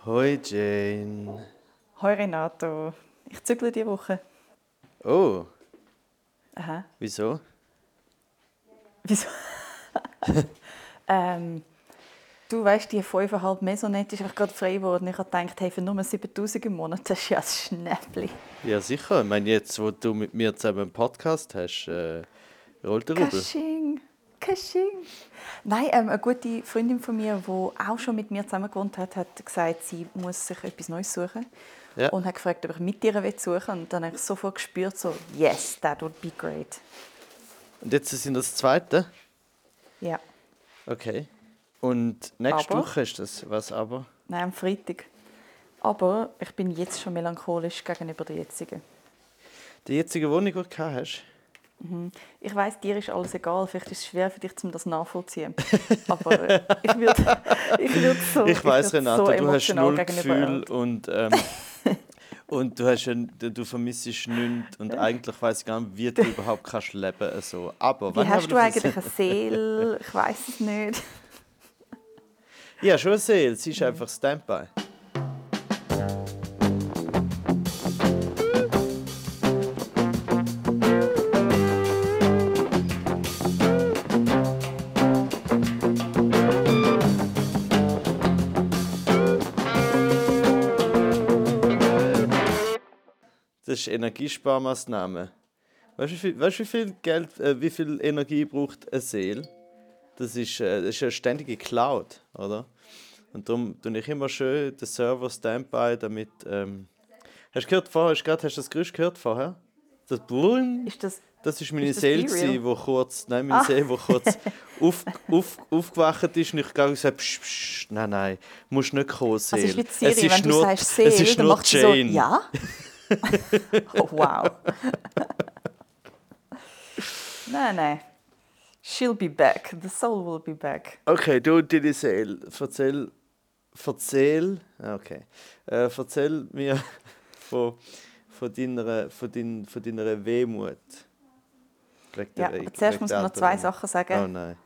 Hoi Jane. Hoi Renato, ich zügle diese Woche. Oh, Aha, wieso? wieso? Du weißt, die 5,5 Maisonette ist einfach gerade frei geworden. Ich habe gedacht, hey, für nur 7'000 im Monat, das ist ja ein Schnäppchen. Ja, sicher. Ich meine, jetzt, wo du mit mir zusammen einen Podcast hast, rollt der Rubel. Kasching, Kasching. Nein, eine gute Freundin von mir, die auch schon mit mir zusammen gewohnt hat, hat gesagt, sie muss sich etwas Neues suchen. Ja. Und hat gefragt, ob ich mit ihr suchen will. Und dann habe ich sofort gespürt, so, yes, that would be great. Und jetzt sind das zweite? Ja, Okay. Und nächste Aber? Woche ist das. Was aber? nein, am Freitag. Aber ich bin jetzt schon melancholisch gegenüber der jetzigen. Die jetzige Wohnung, die du gehabt hast? Ich weiss, dir ist alles egal. Vielleicht ist es schwer für dich, das nachvollziehen. Aber ich würde so. Ich weiss, würd Renato, so du hast emotional null gegenüber Gefühl Eltern. und du vermisst nichts und eigentlich weiss ich gar nicht, wie du überhaupt kannst leben so. Aber Wie hast du eigentlich eine Seele? Ich weiss es nicht. Ja, schon eine Seele. Sie ist einfach Standby. Das ist Energiesparmaßnahme. Weißt du, wie viel Geld, wie viel Energie braucht eine Seele? Das ist eine ständige Cloud, oder? Und darum tue ich immer schön den Server Standby, damit. Hast du gehört vorher? Hast du das Geräusch gehört vorher? Das Brüllen? Ist das, Das ist meine ist das Seele, B-Real? die kurz aufgewacht ist und ich habe gesagt, psch, psch, nein, musst nicht kommen, Seele. Also ist wie Siri, wenn du sagst Seele, es ist dann nur macht sie so, Jane. ja? Oh, wow. Nein. She'll be back. The soul will be back. Okay, du und deine Seele, erzähl mir von deiner Wehmut. Ja, aber zuerst muss man noch zwei Sachen sagen. Oh nein.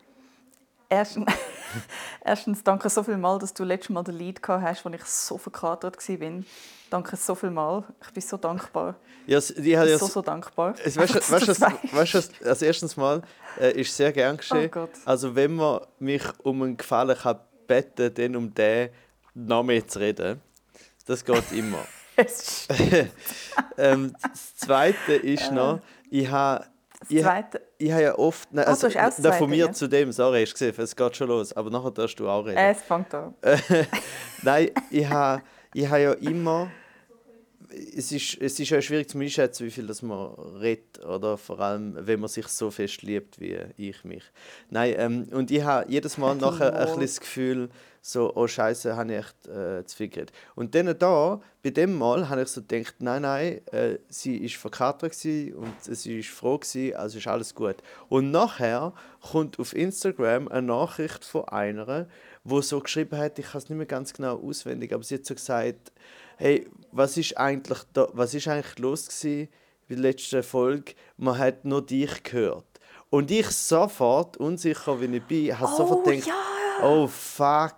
Erstens, danke so viel mal, dass du letztes Mal den Lied gehabt hast, wo ich so verkatert war. Danke so viel mal. Ich bin so dankbar. Ja, Ich bin so dankbar. Weißt du, erstens mal ist sehr gern geschehen. Oh Gott. Also wenn man mich um einen Gefallen kann bitten, dann um den noch mehr zu reden. Das geht immer. Es ist Das Zweite ist noch, ich habe ja oft... Nein, du hast auch das von Zweite, mir ja? zu dem, sorry, hast du gesehen, es geht schon los, aber nachher darfst du auch reden. es fängt an. Nein, ich habe ja immer... Es ist ja schwierig zu einschätzen, wie viel das man redet, oder? Vor allem, wenn man sich so fest liebt, wie ich mich. Nein, und ich habe jedes Mal nachher ein bisschen das Gefühl, so, oh Scheiße, habe ich echt zu viel geredet. Und dann bei dem Mal, habe ich so gedacht, nein, sie war verkatert und sie war froh gewesen, also ist alles gut. Und nachher kommt auf Instagram eine Nachricht von einer, die so geschrieben hat, ich kann es nicht mehr ganz genau auswendig, aber sie hat so gesagt, hey, was ist eigentlich los gewesen bei der letzten Folge? Man hat nur dich gehört. Und ich sofort, unsicher wie ich bin, habe sofort gedacht, ja! oh fuck,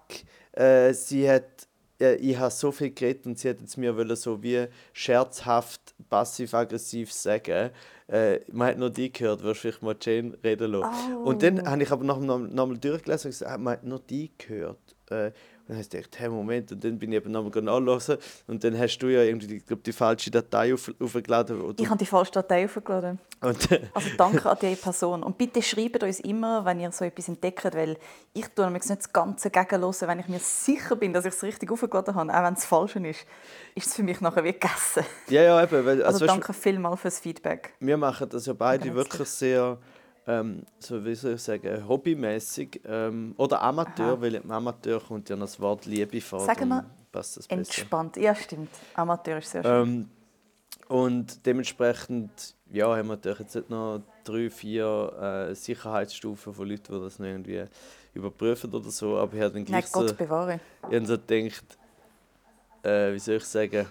ich habe so viel geredet und sie hat jetzt mir so wie scherzhaft, passiv-aggressiv sagen, man hat nur dich gehört, wirst du vielleicht mal Jane reden lassen. Oh. Und dann habe ich aber nochmal durchgelesen und gesagt, man hat nur dich gehört. Und dann habe ich gedacht, hey, Moment, und dann bin ich eben nochmal nachlesen und dann hast du ja irgendwie, die falsche Datei aufgeladen. Ich habe die falsche Datei aufgeladen. Also danke an diese Person. Und bitte schreibt uns immer, wenn ihr so etwas entdeckt, weil ich tue nämlich nicht das Ganze gegenhören, wenn ich mir sicher bin, dass ich es richtig aufgeladen habe, auch wenn es falsch ist es für mich nachher wie gegessen. Ja, eben. Weil, also danke vielmals fürs Feedback. Wir machen das ja beide wirklich sehr... so wie soll ich sagen, hobbymäßig oder Amateur, Aha. weil im Amateur kommt ja noch das Wort Liebe vor. Sagen wir passt das besser. entspannt. Ja, stimmt. Amateur ist sehr schön. Und dementsprechend haben wir natürlich jetzt nicht noch 3-4 Sicherheitsstufen von Leuten, die das noch irgendwie überprüfen oder so, aber ich habe dann Nein, gleich Gott bewahre. Ich habe so gedacht, wie soll ich sagen,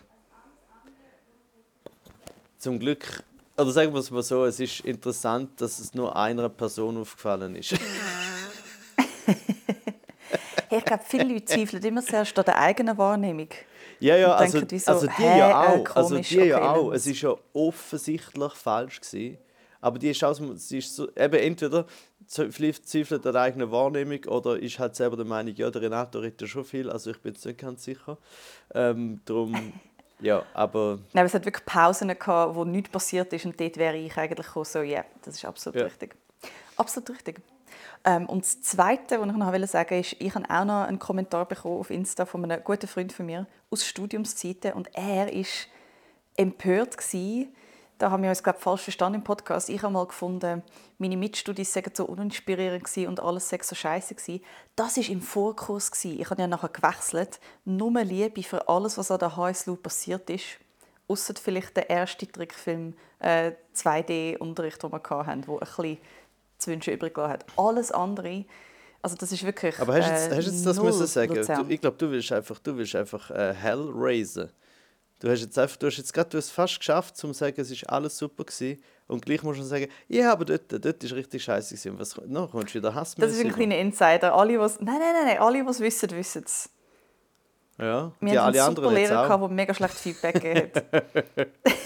zum Glück, oder sagen wir es mal so, es ist interessant, dass es nur einer Person aufgefallen ist. Hey, glaube, viele Leute zweifeln immer zuerst an der eigenen Wahrnehmung. Ja, ja, Und also, denken, wieso, also die ja auch. komisch, Also die ja okay, auch. Es ist ja offensichtlich falsch gewesen. Aber die ist, sie ist so, eben entweder zweifelt an der eigenen Wahrnehmung oder ist halt selber der Meinung, ja, der Renato redet ja schon viel, also ich bin jetzt nicht ganz sicher. Darum, ja, aber... Nein, es hat wirklich Pausen gehabt, wo nichts passiert ist und dort wäre ich eigentlich gekommen, so, ja, das ist absolut richtig. Absolut richtig. Und das Zweite, was ich noch sagen wollte, ist, ich habe auch noch einen Kommentar bekommen auf Insta von einem guten Freund von mir aus Studiumszeiten und er war empört gewesen. Da haben wir uns, glaube ich, falsch verstanden im Podcast. Ich habe mal gefunden, meine Mitstudis seien so uninspirierend und alles sei so scheiße gewesen. Das war im Vorkurs gewesen. Ich habe ja nachher gewechselt. Nur Liebe für alles, was an der HSLU passiert ist. Ausser vielleicht der erste Trickfilm 2D-Unterricht, den wir hatten, der ein bisschen zu wünschen übrig gelassen hat. Alles andere, also das ist wirklich aber hast du jetzt das müssen sagen? Ich glaube, du willst einfach Hellraiser. Du hast jetzt gerade fast geschafft, um zu sagen, es war alles super gewesen. Und gleich musst du sagen, ja, aber dort war richtig scheiße gewesen. Was kommst du wieder Hass? Das ist ein kleiner Insider. Alle, nein, alle, die es wissen es. Ja, wir hatten einen super Lehrer, der mega schlecht Feedback gegeben hat.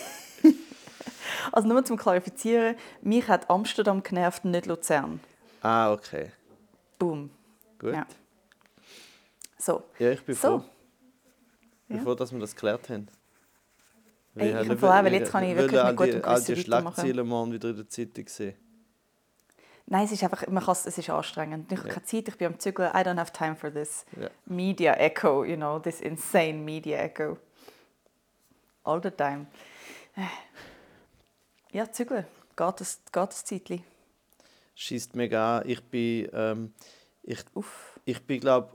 Also nur zum Klarifizieren, mich hat Amsterdam genervt, nicht Luzern. Ah, okay. Boom. Gut. Ja, so. Ja, ich bin froh. Ich bin froh, dass wir das geklärt haben. Ich bin froh, weil jetzt kann ich wirklich mit gutem Gewissen weitermachen. All die Schlagzeilen morgen wieder in der Zeitung sehen. Nein, es ist einfach, es ist anstrengend. Ich habe keine Zeit, ich bin am Zügeln. I don't have time for this Ja. media echo, you know, this insane media echo. All the time. Ja, zügeln. Geht das Zeitchen. Schießt mega an. Ich bin glaube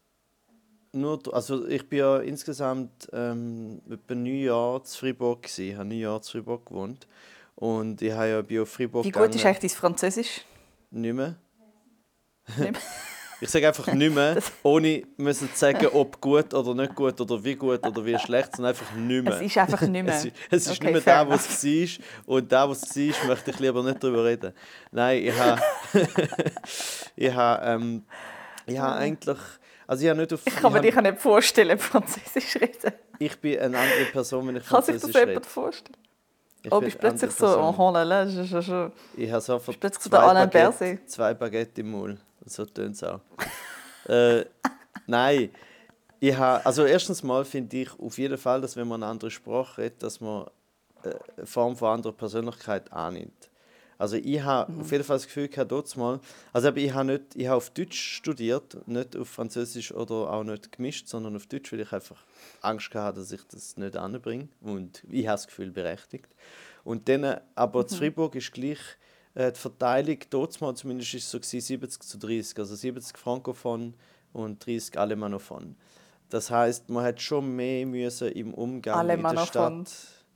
ich bin ja insgesamt etwa 9 Jahre zu Fribourg gewesen. Ich habe 9 Jahre zu Fribourg gewohnt und ich habe ja bei Fribourg Wie gut ist eigentlich dein Französisch? Nicht mehr. Ich sage einfach nicht mehr, ohne müssen zu sagen, ob gut oder nicht gut oder wie schlecht, sondern einfach nicht mehr. Es ist einfach nicht mehr. Es ist nicht mehr der, was es war. Und der, was es war, möchte ich lieber nicht darüber reden. Nein, ich habe eigentlich... Also ich habe nicht auf... Ich kann mir dich nicht vorstellen, Französisch reden. Ich bin eine andere Person, wenn ich Französisch rede. Kann sich das jemand vorstellen? Bist plötzlich so, oh là là, ich habe sofort plötzlich der Alain Berset. 2 Baguette im Maul. So tönt es auch. Nein, also erstens mal finde ich auf jeden Fall, dass wenn man eine andere Sprache redet, dass man eine Form von anderer Persönlichkeit annimmt. Also ich habe auf jeden Fall das Gefühl gehabt, ich habe auf Deutsch studiert, nicht auf Französisch oder auch nicht gemischt, sondern auf Deutsch, weil ich einfach Angst hatte, dass ich das nicht anbringe. Und ich habe das Gefühl, berechtigt. Und dann, aber zu Fribourg ist gleich die Verteilung, dort mal zumindest ist es so 70:30, also 70 Frankophon und 30 Alemannophon. Das heisst, man hat schon mehr müssen im Umgang in der Stadt.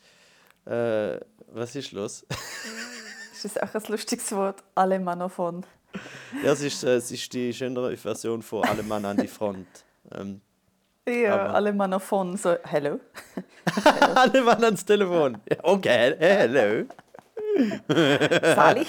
Was ist los? Das ist auch ein lustiges Wort, Alemannophon. Ja, es ist die schönere Version von Alle Mann an die Front. Ja, Alemannophon, so, hello. Alle Mann ans Telefon. Okay, hello. Sally.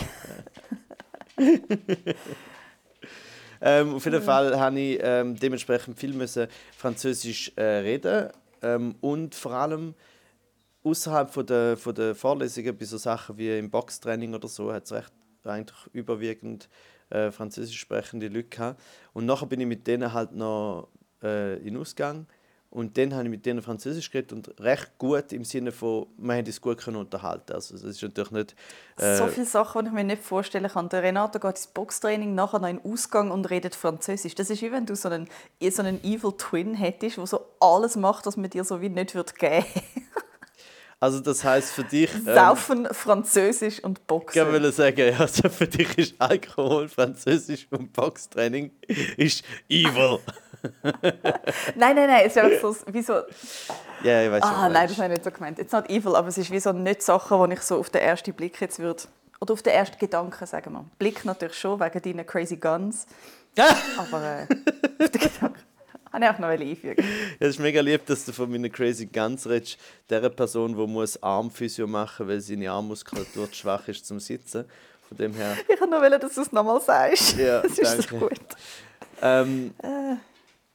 Auf jeden Fall musste ich dementsprechend viel Französisch reden. Und vor allem außerhalb von der Vorlesungen, bei so Sachen wie im Boxtraining oder so, hat es eigentlich überwiegend französisch sprechende Leute gehabt. Und nachher bin ich mit denen halt noch in den Ausgang. Und dann habe ich mit denen Französisch geredet und recht gut im Sinne von, wir haben uns gut unterhalten. Also das ist natürlich nicht... So viele Sachen, die ich mir nicht vorstellen kann. Der Renato geht ins Boxtraining, nachher noch in den Ausgang und redet Französisch. Das ist wie wenn du so einen Evil Twin hättest, der so alles macht, was man dir so wie nicht geben würde. Also das heisst für dich... Saufen, Französisch und Boxen. Ich wollte sagen, also für dich ist Alkohol, Französisch und Boxtraining ist evil. Nein, es ist einfach so, wie so... Ja, ich weiß schon. Nein, das habe ich nicht so gemeint. It's not evil, aber es ist wie so nicht Sachen, die ich so auf den ersten Blick jetzt würde... Oder auf den ersten Gedanken, sagen wir. Blick natürlich schon, wegen deinen Crazy Guns. Aber auf den Gedanken... Habe ich auch noch einfügen. Ja, es ist mega lieb, dass du von meinen Crazy Guns redest. Der Person, die muss Armphysio machen, weil seine Armmuskulatur zu schwach ist zum Sitzen. Von dem her... Ich wollte nur, dass du es nochmal sagst. Ja, das ist danke. so gut.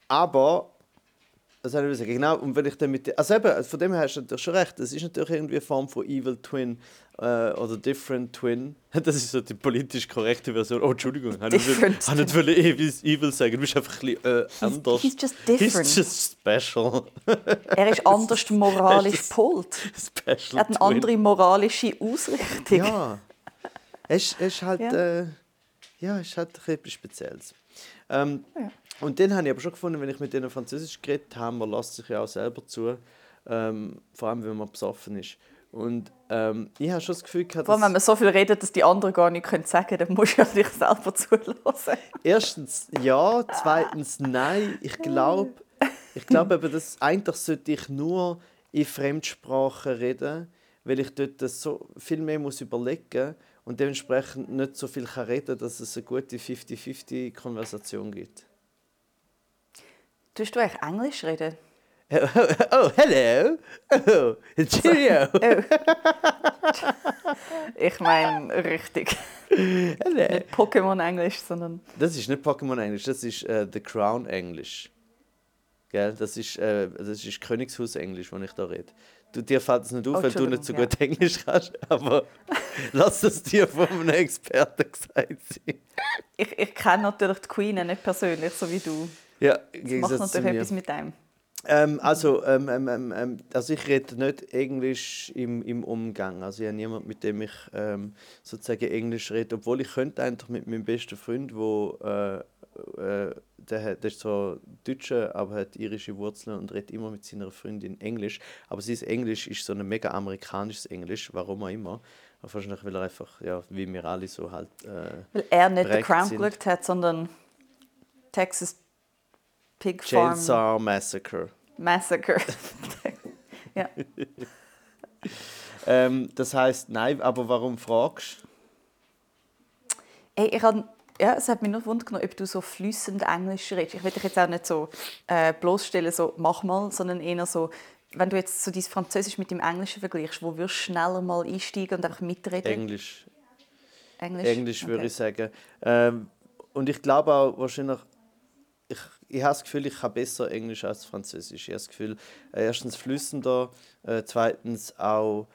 Aber, das soll ich sagen, genau, und wenn ich dann also eben, von dem her hast du natürlich schon recht, es ist natürlich irgendwie eine Form von Evil Twin oder Different Twin. Das ist so die politisch korrekte Version. Oh, Entschuldigung, ich habe nicht evil sagen, du bist einfach ein bisschen anders. He's just different. He's just special. Er ist anders moralisch polt. Special Er hat eine Twin. andere moralische Ausrichtung. Ja, es ist halt, es ist halt etwas Spezielles. Ja. Und dann habe ich aber schon gefunden, wenn ich mit denen Französisch geredet habe, man lässt sich ja auch selber zu, vor allem wenn man besoffen ist. Und ich habe schon das Gefühl gehabt, Vor allem, wenn man so viel redet, dass die anderen gar nicht sagen können, dann musst du ja dich selber zulassen. erstens ja, zweitens nein. Ich glaube eben, dass eigentlich sollte ich nur in Fremdsprachen reden, weil ich dort so viel mehr muss überlegen und dementsprechend nicht so viel kann reden, dass es eine gute 50-50-Konversation gibt. Tust du eigentlich Englisch reden? Oh, hello! Oh, cheerio! Oh. Ich meine richtig. Hello. Nicht Pokémon-Englisch, sondern... Das ist nicht Pokémon-Englisch, das ist The Crown-Englisch. Gell? Das ist Königshaus-Englisch, das ich da rede. Dir fällt es nicht auf, weil du nicht so gut Englisch kannst, aber lass es dir von einem Experten gesagt sein. Ich kenne natürlich die Queen nicht persönlich, so wie du. Ja, das macht natürlich etwas mit dem. Also ich rede nicht Englisch im Umgang. Also ich habe niemanden, mit dem ich sozusagen Englisch rede. Obwohl ich könnte eigentlich mit meinem besten Freund, der ist zwar Deutscher, aber hat irische Wurzeln und redet immer mit seiner Freundin Englisch. Aber sein Englisch ist so ein mega amerikanisches Englisch, warum auch immer. Aber wahrscheinlich, weil er einfach, ja, wie wir alle so halt weil er nicht The Crown sind. geschaut hat, sondern Texas Pig Farm. Chainsaw Massacre. Ja. Das heisst, nein, aber warum fragst du? Hey, es hat mich nur Wunder genommen, ob du so fließend Englisch redest. Ich will dich jetzt auch nicht so bloßstellen, so «mach mal», sondern eher so, wenn du jetzt so dein Französisch mit dem Englischen vergleichst, wo würdest du schneller mal einsteigen und einfach mitreden? Englisch, Okay. würde ich sagen. Und ich glaube auch wahrscheinlich, ich habe das Gefühl, ich kann besser Englisch als Französisch. Ich habe das Gefühl, erstens fließender, zweitens auch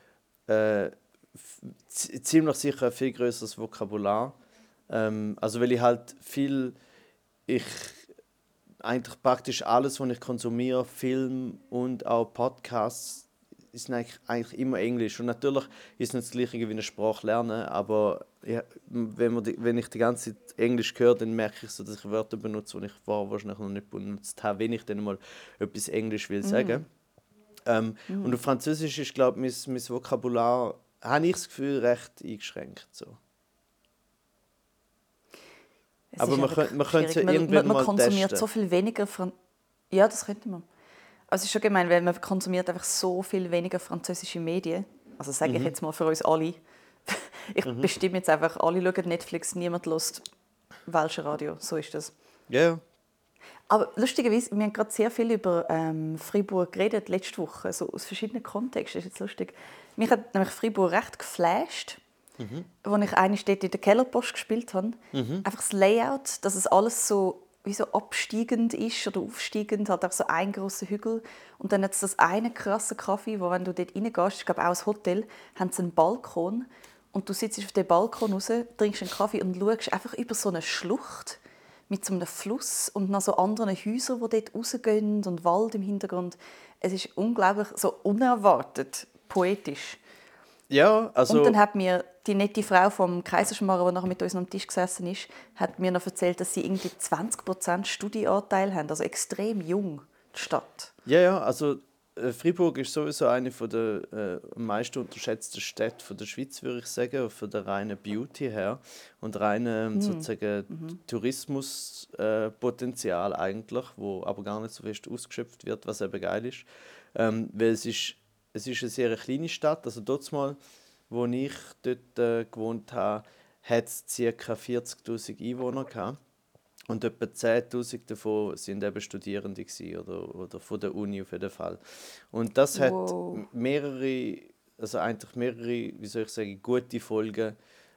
ziemlich sicher ein viel größeres Vokabular. Also weil ich eigentlich praktisch alles, was ich konsumiere, Film und auch Podcasts, ist eigentlich immer Englisch. Und natürlich ist es nicht das Gleiche wie eine Sprache lernen, aber ja, wenn ich die ganze Zeit Englisch höre, dann merke ich so, dass ich Wörter benutze, die ich vorher wahrscheinlich noch nicht benutzt habe, wenn ich dann mal etwas Englisch will sagen. Und auf Französisch ist, glaube ich, mein Vokabular, habe ich das Gefühl, recht eingeschränkt. So. Aber man könnte es ja irgendwann mal konsumiert testen. so viel weniger Ja, das könnte man. Also es ist schon gemein, weil man konsumiert einfach so viel weniger französische Medien. Also sage ich jetzt mal für uns alle. Ich bestimme jetzt einfach, alle schauen Netflix, niemand hört Welsche Radio. So ist das. Ja. Yeah. Aber lustigerweise, wir haben gerade sehr viel über Fribourg geredet letzte Woche, so aus verschiedenen Kontexten. Das ist jetzt lustig. Mich hat nämlich Fribourg recht geflasht, als ich einmal dort in der Kellerpost gespielt habe. Einfach das Layout, dass es alles so wie so absteigend ist oder aufsteigend, halt auch so ein grosser Hügel. Und dann hat es das eine krasse Kaffee, wo, wenn du dort reingehst, ich glaube auch ein Hotel, haben sie einen Balkon. Und du sitzt auf dem Balkon raus, trinkst einen Kaffee und schaust einfach über so eine Schlucht mit so einem Fluss und noch so anderen Häusern, die dort rausgehen und Wald im Hintergrund. Es ist unglaublich so unerwartet poetisch. Ja, also... Und dann hat mir die nette Frau vom Kaiserschmarrn, die nachher mit uns am Tisch gesessen ist, hat mir noch erzählt, dass sie irgendwie 20% Studienanteil haben, also extrem jung, die Stadt. Ja, also Freiburg ist sowieso eine der am meisten unterschätzten Städte der Schweiz, würde ich sagen, von der reinen Beauty her und reinen sozusagen Tourismuspotenzial eigentlich, wo aber gar nicht so fest ausgeschöpft wird, was eben geil ist, weil es ist eine sehr kleine Stadt, also dort mal, wo ich dort gewohnt habe, hat es ca. 40'000 Einwohner gehabt. Und etwa 10'000 davon sind eben Studierende oder von der Uni auf jeden Fall. Und das hat mehrere, wie soll ich sagen, gute Folgen,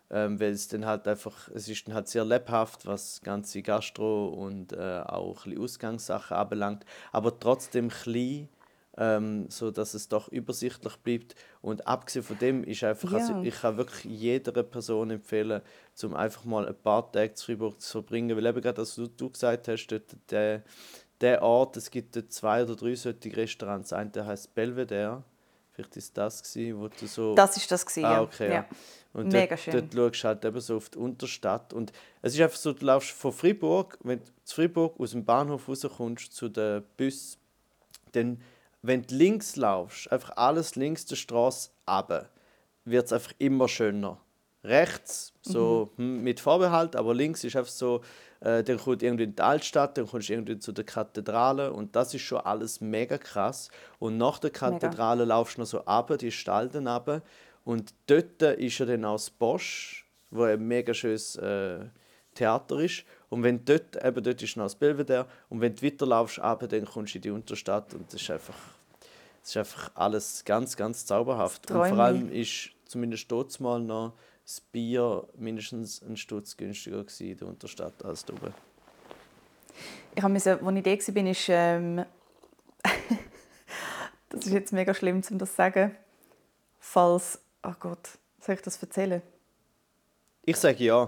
weil es dann halt einfach, es ist dann halt sehr lebhaft, was ganze Gastro und auch ein bisschen Ausgangssachen anbelangt, aber trotzdem klein, so dass es doch übersichtlich bleibt. Und abgesehen von dem ist einfach, also Ja. ich kann wirklich jeder Person empfehlen, um einfach mal ein paar Tage zu Freiburg zu verbringen, weil eben gerade, als du gesagt hast, dort der Ort, es gibt dort 2 oder 3 solche Restaurants, das eine heisst Belvedere, vielleicht ist das gewesen, wo du so... Das ist das gewesen, Ah, ja. okay, ja. Ja. Und Mega dort schön. schaust du halt eben so auf die Unterstadt. Und es ist einfach so, du laufst von Freiburg, wenn du zu Freiburg aus dem Bahnhof rauskommst zu den Bus, dann, wenn du links laufst, einfach alles links der Straße runter, wird es einfach immer schöner. Rechts, so mit Vorbehalt, aber links ist einfach so, dann kommt irgendwie in die Altstadt, dann kommst du irgendwie zu der Kathedrale und das ist schon alles mega krass. Und nach der Mega. Kathedrale laufst du noch so runter, die Stalden runter und dort ist ja dann auch das Bosch, wo ein mega schönes Theater ist. Und wenn dort ist noch das Belvedere und wenn du weiterlaufst runter, dann kommst du in die Unterstadt und das ist einfach alles ganz, ganz zauberhaft. Und vor Träumli. allem ist zumindest dort mal noch das Bier mindestens einen Stutz günstiger gewesen in der Unterstadt als da oben. Ich habe müssen, als ich da war, ist, das ist jetzt mega schlimm, um das zu sagen, falls, oh Gott, soll ich das erzählen? Ich sage ja.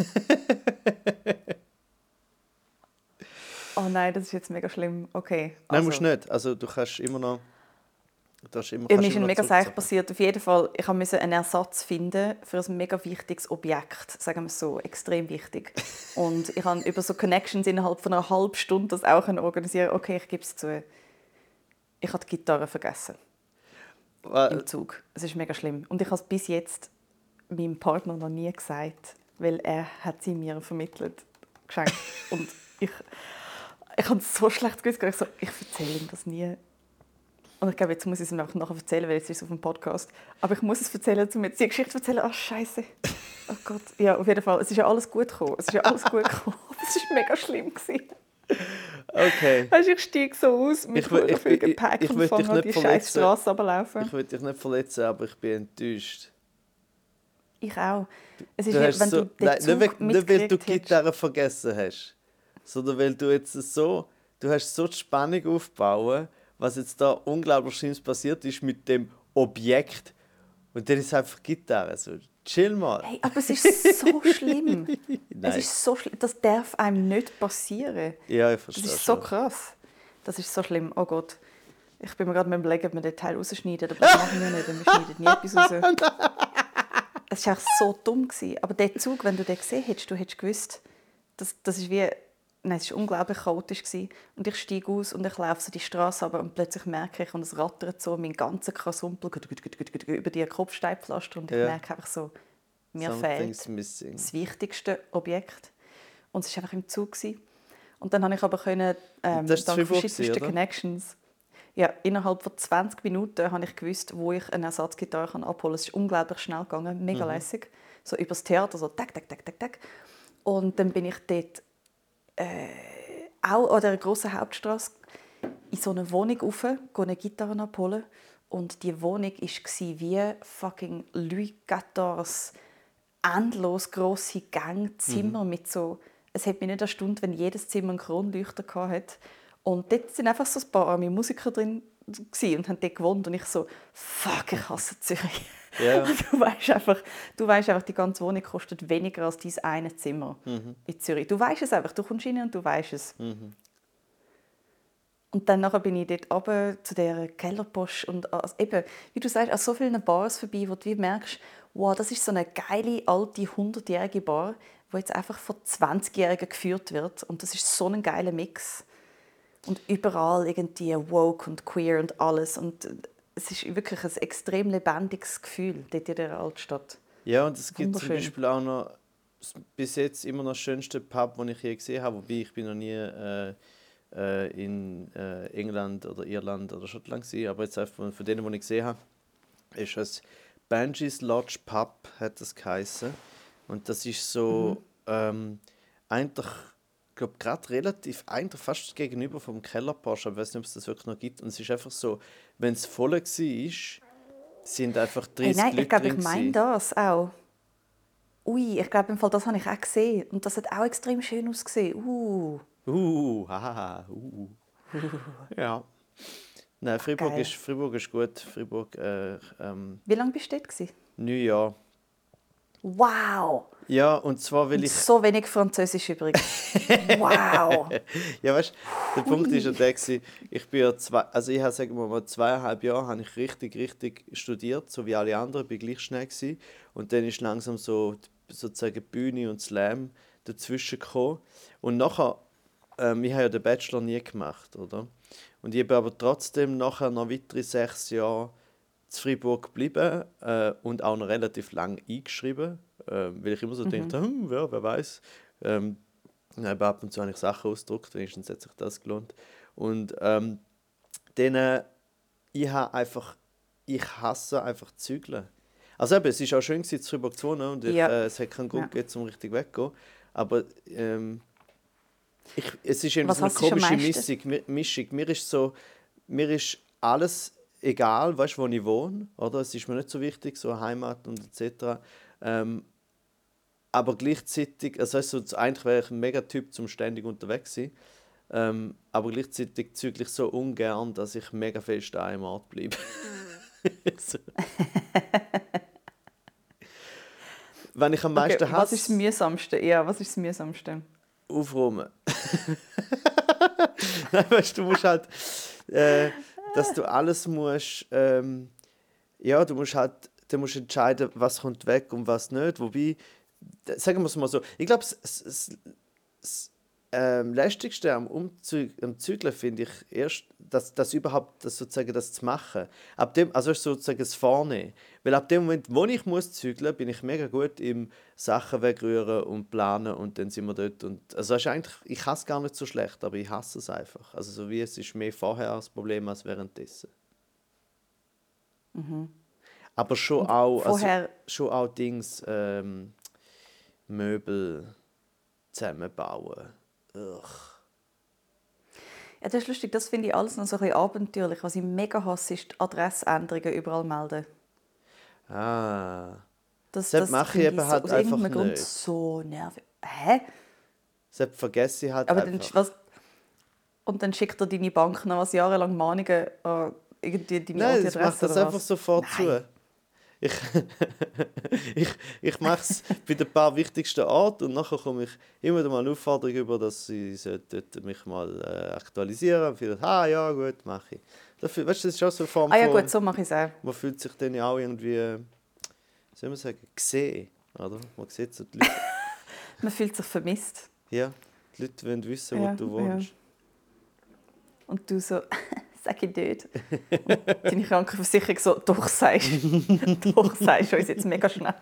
Oh nein, das ist jetzt mega schlimm. Okay, Nein, musst also. du nicht. Also du kannst immer noch... Mir kannst ist immer ein noch mega Seich zurückzahlen. passiert. Auf jeden Fall, ich musste einen Ersatz finden für ein mega wichtiges Objekt, sagen wir es so, extrem wichtig. Und ich habe über so Connections innerhalb von einer halben Stunde das auch organisieren. Okay, ich gebe es zu. Ich habe die Gitarre vergessen im Zug. Es ist mega schlimm. Und ich habe es bis jetzt meinem Partner noch nie gesagt, weil er hat sie mir vermittelt, geschenkt. Und ich habe es so schlecht gewusst. Ich erzähle ihm das nie. Und ich glaube, jetzt muss ich es ihm einfach nachher erzählen, weil jetzt ist es auf dem Podcast. Aber ich muss es erzählen, um jetzt die Geschichte zu erzählen. Ach, Scheiße. Oh Gott. Ja, auf jeden Fall. Es ist ja alles gut gekommen. Es ist ja alles gut gekommen. Es war mega schlimm. Okay. Weißt du, ich steige so aus mit viel Gepäck und will dich fange an nicht die scheiß Straße runterzulaufen. Ich will dich nicht verletzen, aber ich bin enttäuscht. Ich auch. Es ist Du wie, hast wenn so, du den nein, Zug nicht weil du die mitgekriegt hättest. Gitarre vergessen hast, sondern weil du jetzt so, du hast so die Spannung aufgebaut, was jetzt da unglaublich Schlimmes passiert ist mit dem Objekt und dann ist einfach Gitarre. So, chill mal. Hey, aber es ist so schlimm. Es Nein. ist so schlimm. Das darf einem nicht passieren. Ja, ich Das verstehe ist so schon. krass. Das ist so schlimm. Oh Gott. Ich bin mir gerade am Überlegen, ob wir den Teil rausschneiden. Aber das machen wir nicht. Wir schneiden nie etwas raus. Es war so dumm. Aber der Zug, wenn du den gesehen hättest, du hättest gewusst, das ist wie... Nein, es war unglaublich chaotisch. Und ich steige aus und ich laufe so die Straße runter und plötzlich merke ich, und es rattert so mein ganzer Krasumpel über die Kopfsteinpflaster und ich Ja. merke einfach so, mir Something's fehlt missing. das wichtigste Objekt. Und es war einfach im Zug. Und dann konnte ich aber Das war dank Freiburg, verschiedensten oder? Connections, ja, innerhalb von 20 Minuten habe ich gewusst, wo ich eine Ersatzgitarre abholen kann. Es ist unglaublich schnell gegangen, mega lässig. So übers Theater, so tak, tak, tak, tak, tak. Und dann bin ich dort auch an der grossen Hauptstraße in so eine Wohnung rauf, eine Gitarre abholen. Und die Wohnung war wie fucking Louis XIV endlos grosse Gänge, Zimmer mit so... Es hat mich nicht erstaunt, wenn jedes Zimmer einen Kronleuchter hatte. Und dort waren einfach so ein paar arme Musiker drin und haben dort gewohnt. Und ich so, fuck, ich hasse Zürich. Ja. Du weißt einfach, die ganze Wohnung kostet weniger als dein eine Zimmer in Zürich. Du weißt es einfach, du kommst rein und du weißt es. Und dann nachher bin ich dort runter zu dieser Kellerpost und eben, wie du sagst, an so vielen Bars vorbei, wo du wie merkst, wow, das ist so eine geile, alte, 100-jährige Bar, die jetzt einfach von 20-Jährigen geführt wird. Und das ist so ein geiler Mix. Und überall irgendwie woke und queer und alles. Und es ist wirklich ein extrem lebendiges Gefühl dort in dieser Altstadt. Ja, und es gibt zum Wunderschön. Beispiel auch noch bis jetzt immer noch das schönste Pub, das ich je gesehen habe, wobei ich bin noch nie in England oder Irland oder Schottland gewesen, aber jetzt einfach von denen, die ich gesehen habe, ist es Banshees Lodge Pub, hat das geheißen. Und das ist so eigentlich, ich glaube, gerade relativ, eigentlich fast gegenüber vom Kellerposch, aber ich weiß nicht, ob es das wirklich noch gibt. Und es ist einfach so, wenn es voll war, sind einfach 30 Hey, nein, Leute ich glaube, drin ich meine gewesen. das auch. Ui, ich glaube, im Fall, das habe ich auch gesehen. Und das hat auch extrem schön ausgesehen. Haha, Ja. Nein, Geil. Freiburg ist gut. Freiburg, Wie lange bist du dort gewesen? 9 Jahre. Wow! Ja, und zwar will Und ich... so wenig Französisch übrigens. Wow! Ja, weißt du, der Punkt ist ja der, gewesen, ich bin ja also ich habe, sagen wir mal, 2,5 Jahre habe ich richtig studiert, so wie alle anderen, bin gleich schnell gewesen. Und dann ist langsam so sozusagen die Bühne und Slam dazwischen gekommen. Und nachher, ich habe ja den Bachelor nie gemacht, oder? Und ich bin aber trotzdem nachher noch weitere 6 Jahre zu Freiburg geblieben und auch noch relativ lang eingeschrieben, weil ich immer so dachte, ja, wer weiß. Aber ab und zu habe ich Sachen ausgedruckt, wenigstens hat sich das gelohnt. Und ich hasse einfach Zügeln. Also eben, es war auch schön, zu Freiburg zu wohnen und Ja. es hat keinen Grund gegeben, um richtig wegzugehen. Aber es ist irgendwie Was so eine hast du am komische meisten? Mischung. Mir ist alles egal, weißt, wo ich wohne. Oder? Es ist mir nicht so wichtig, so Heimat und etc. Aber gleichzeitig, also weißt du, eigentlich wäre ich ein Megatyp zum ständig unterwegs sein. Aber gleichzeitig zügle ich so ungern, dass ich mega fest an einem Ort bleibe. So. Wenn ich am Okay, meisten was ist das hasse, Mühsamste? Ja, was ist das Mühsamste? aufräumen. Nein, weißt du, musst halt, dass du alles musst, ja, du musst entscheiden, was kommt weg und was nicht. Wobei, sagen wir es mal so, ich glaube, das lästigste am Zügeln finde ich erst, das überhaupt sozusagen das zu machen. Ab dem, also sozusagen das Vornehmen. Weil ab dem Moment, wo ich muss zügeln, bin ich mega gut im Sachen wegrühren und planen und dann sind wir dort. Und, also ist eigentlich, ich hasse es gar nicht so schlecht, aber ich hasse es einfach. Also so wie es ist mehr vorher das Problem als währenddessen. Aber schon Und auch, also, vorher, schon auch Dings, Möbel zusammenbauen. Ugh. ja, das ist lustig, das finde ich alles noch so ein bisschen abenteuerlich. Was ich mega hasse, ist die Adressänderungen überall melden. Ah. Das Das mache ich finde ich eben so, halt aus einfach irgendeinem Grund nicht. so nervig. Hä? Das vergesse ich halt Aber dann, einfach. und dann schickt er deine Bank noch was jahrelang Mahnungen an irgendwie deine Nein, alte ich mache Adresse das oder einfach was? sofort Nein. zu. Ich, ich mache es bei den paar wichtigsten Orten und nachher komme ich immer mal eine Aufforderung über, dass sie dort mich mal aktualisieren. Und viele, ja gut, mache ich. Dafür, weißt du, das ist auch so eine Form Ah ja gut, von, so mache ich es auch. man fühlt sich dann ja auch irgendwie, wie soll man sagen, gesehen, oder? Man sieht so die Leute, Man fühlt sich vermisst. ja, die Leute wollen wissen, wo Ja, du ja. wohnst. Und du so, sag ich nicht. Und deine Krankenversicherung so, doch sagst du uns jetzt mega schnell.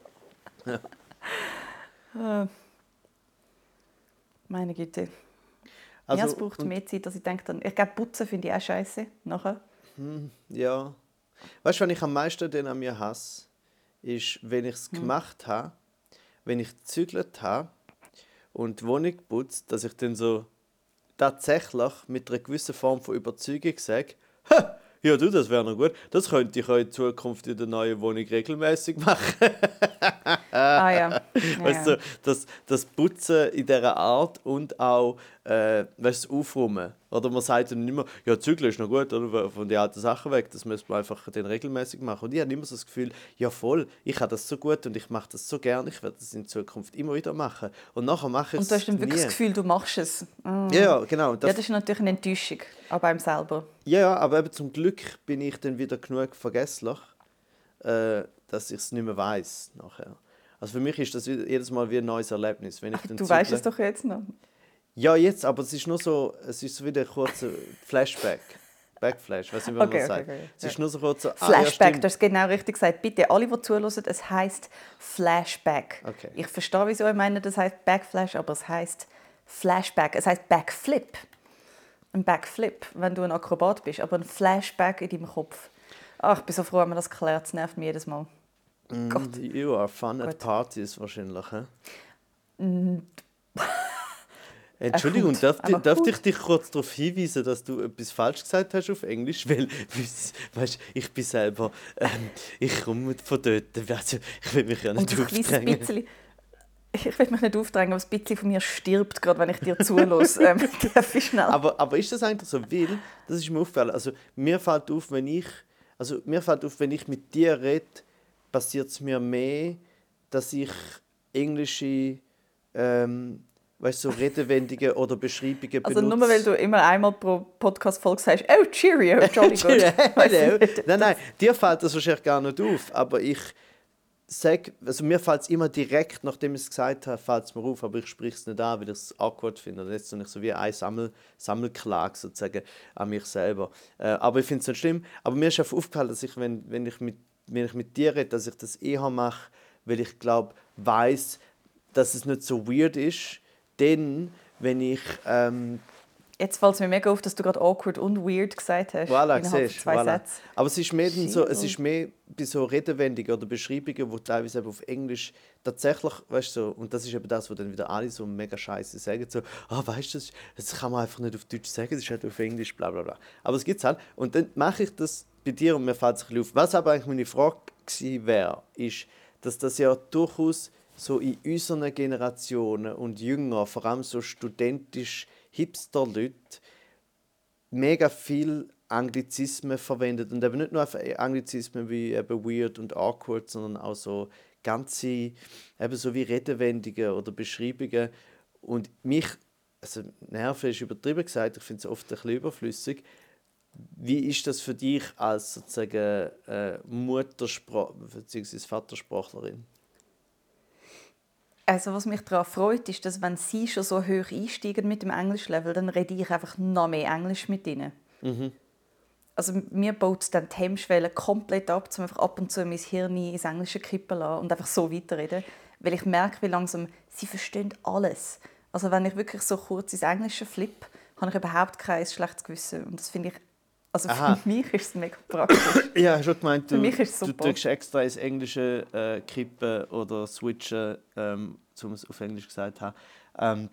Meine Güte. Also, Ja, es braucht und, mehr Zeit, als ich denke. Ich glaube, putzen finde ich auch scheiße. Nachher. ja. Weißt du, wenn ich am meisten dann an mir hasse, ist, wenn ich es gemacht habe, wenn ich gezügelt habe und die Wohnung putzt, dass ich dann so tatsächlich mit einer gewissen Form von Überzeugung sage, «Ha, ja du, das wäre noch gut, das könnte ich auch in Zukunft in der neuen Wohnung regelmäßig machen.» Ah ja. Ja, Weißt ja. du, das Putzen in dieser Art und auch weißt, du, das Aufräumen. Oder man sagt dann immer, ja, Zügeln ist noch gut, oder? Von den alten Sachen weg, das müssen wir einfach dann regelmäßig machen. Und ich habe immer so das Gefühl, ja voll, ich habe das so gut und ich mache das so gern, ich werde das in Zukunft immer wieder machen. Und nachher mache ich Und du hast es dann wirklich das nie. Gefühl, du machst es. Ja, genau. Ja, das ist natürlich eine Enttäuschung an einem selber. Ja, aber eben zum Glück bin ich dann wieder genug vergesslich, dass ich es nicht mehr weiss nachher. Also für mich ist das jedes Mal wie ein neues Erlebnis, wenn ich dann Du weißt zügle. es doch jetzt noch. Ja, jetzt, aber es ist nur so, es ist so wie ein kurzer Flashback. Backflash, weiß nicht, wie man Okay, das okay, sagt. okay. Es ist nur so kurz so, ja, Flashback, stimmt. du hast es genau richtig gesagt. Bitte, alle, die zuhören, es heisst Flashback. Okay. Ich verstehe, wieso ich meine, das heisst Backflash, aber es heisst Flashback. Es heisst Backflip. Ein Backflip, wenn du ein Akrobat bist, aber ein Flashback in deinem Kopf. Ach, ich bin so froh, wenn man das klärt. Es nervt mich jedes Mal. Gott. You are fun at Gut. parties wahrscheinlich, hä? Entschuldigung, Hut. darf ich dich kurz darauf hinweisen, dass du etwas falsch gesagt hast auf Englisch? Weil, weißt, ich bin selber, ich komme von dort, also ich will mich ja nicht Und aufdrängen. Ich will mich nicht aufdrängen, aber ein bisschen von mir stirbt, gerade wenn ich dir zuhöre. Darf ich schnell? Aber ist das eigentlich so? Weil, das ist mir aufgefallen, also mir fällt auf, wenn ich mit dir rede, passiert es mir mehr, dass ich englische weißt du, so Redewendungen oder Beschreibungen Also benutze. nur weil du immer einmal pro Podcast-Folge sagst, oh, Cheerio, jolly good. Hello. Nein, dir fällt das wahrscheinlich gar nicht auf, aber ich sage, also mir fällt es immer direkt, nachdem ich es gesagt habe, fällt es mir auf, aber ich spreche es nicht an, weil ich es awkward finde. Und jetzt so wie eine Sammelklage sozusagen an mich selber. Aber ich finde es nicht schlimm. Aber mir ist einfach aufgefallen, dass ich, wenn ich mit dir rede, dass ich das eher mache, weil ich glaube, weiss, dass es nicht so weird ist. Denn wenn ich... Jetzt fällt es mir mega auf, dass du gerade awkward und weird gesagt hast. Voilà, Innerhalb von 2 Sätzen. Aber es ist mehr bei so Redewendungen oder Beschreibungen, die teilweise eben auf Englisch tatsächlich, weißt du, so, und das ist eben das, was dann wieder alle so mega scheiße sagen, so, weißt du, das kann man einfach nicht auf Deutsch sagen, das ist halt auf Englisch, bla bla bla. Aber es gibt es halt. Und dann mache ich das bei dir und mir fällt es ein bisschen auf. Was aber eigentlich meine Frage gewesen wäre, ist, dass das ja durchaus so in unseren Generationen und jünger, vor allem so studentisch Hipster-Leute, mega viel Anglizismen verwendet. Und eben nicht nur einfach Anglizismen wie eben weird und awkward, sondern auch so ganze, eben so wie Redewendungen oder Beschreibungen. Und mich, also nerven ist übertrieben gesagt, ich finde es oft ein bisschen überflüssig. Wie ist das für dich als sozusagen bzw. Vatersprachlerin? Also was mich daran freut, ist, dass wenn sie schon so hoch einsteigen mit dem Englischlevel, dann rede ich einfach noch mehr Englisch mit ihnen. Mhm. Also mir baut dann die Hemmschwelle komplett ab, um einfach ab und zu mein Hirn ins Englische kippen lassen und einfach so weiterreden. Weil ich merke, wie langsam sie verstehen alles. Also wenn ich wirklich so kurz ins Englische flippe, habe ich überhaupt kein schlechtes Gewissen. Und das finde ich, also für mich ist es mega praktisch. Ja, schon gemeint, für mich ist es du super. drückst extra ins Englische kippen oder switchen, um es auf Englisch gesagt zu haben.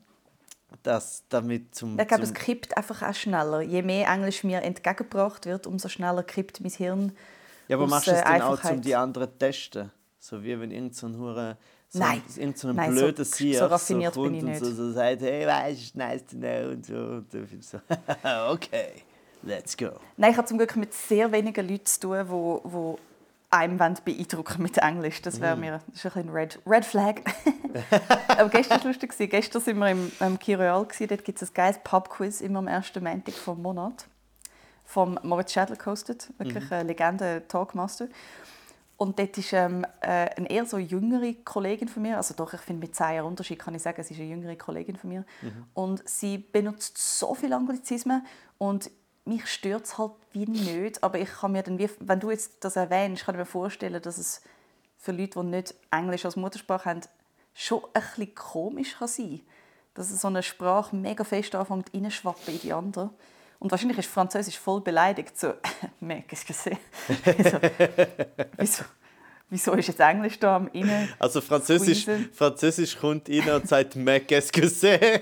Ich glaube, es kippt einfach auch schneller. Je mehr Englisch mir entgegengebracht wird, umso schneller kippt mein Hirn. Ja, aber machst du es dann auch, um die anderen zu testen? So wie wenn irgend so ein blöder Sieg so raffiniert kommt bin ich nicht. und so sagt, hey, weißt du, nice to know und so. Und dann findest du so, okay, let's go. Nein, ich habe zum Glück mit sehr wenigen Leuten zu tun, die einem beeindrucken mit Englisch. Das wäre mir das ist ein Red Flag. Aber gestern war es lustig. Gestern waren wir im Key Royal. Dort gibt es ein geiles Pub-Quiz immer am ersten Montag vom Monat. Vom Moritz Schädler gehostet. Wirklich eine Legende, Talkmaster. Und dort ist eine eher so jüngere Kollegin von mir, also doch, ich finde mit 10 Jahren Unterschied kann ich sagen, sie ist eine jüngere Kollegin von mir. Und sie benutzt so viele Anglizismen und mich stört es halt wie nicht, aber ich kann mir dann, wenn du jetzt das erwähnst, kann ich mir vorstellen, dass es für Leute, die nicht Englisch als Muttersprache haben, schon ein bisschen komisch kann sein kann. Dass so eine Sprache mega fest anfängt reinschwappen in die andere. Und wahrscheinlich ist Französisch voll beleidigt, so «Mais, qu'est-ce que c'est?» Wieso ist jetzt Englisch da am Innen? Also Französisch kommt rein und sagt «Mais, qu'est-ce que c'est?»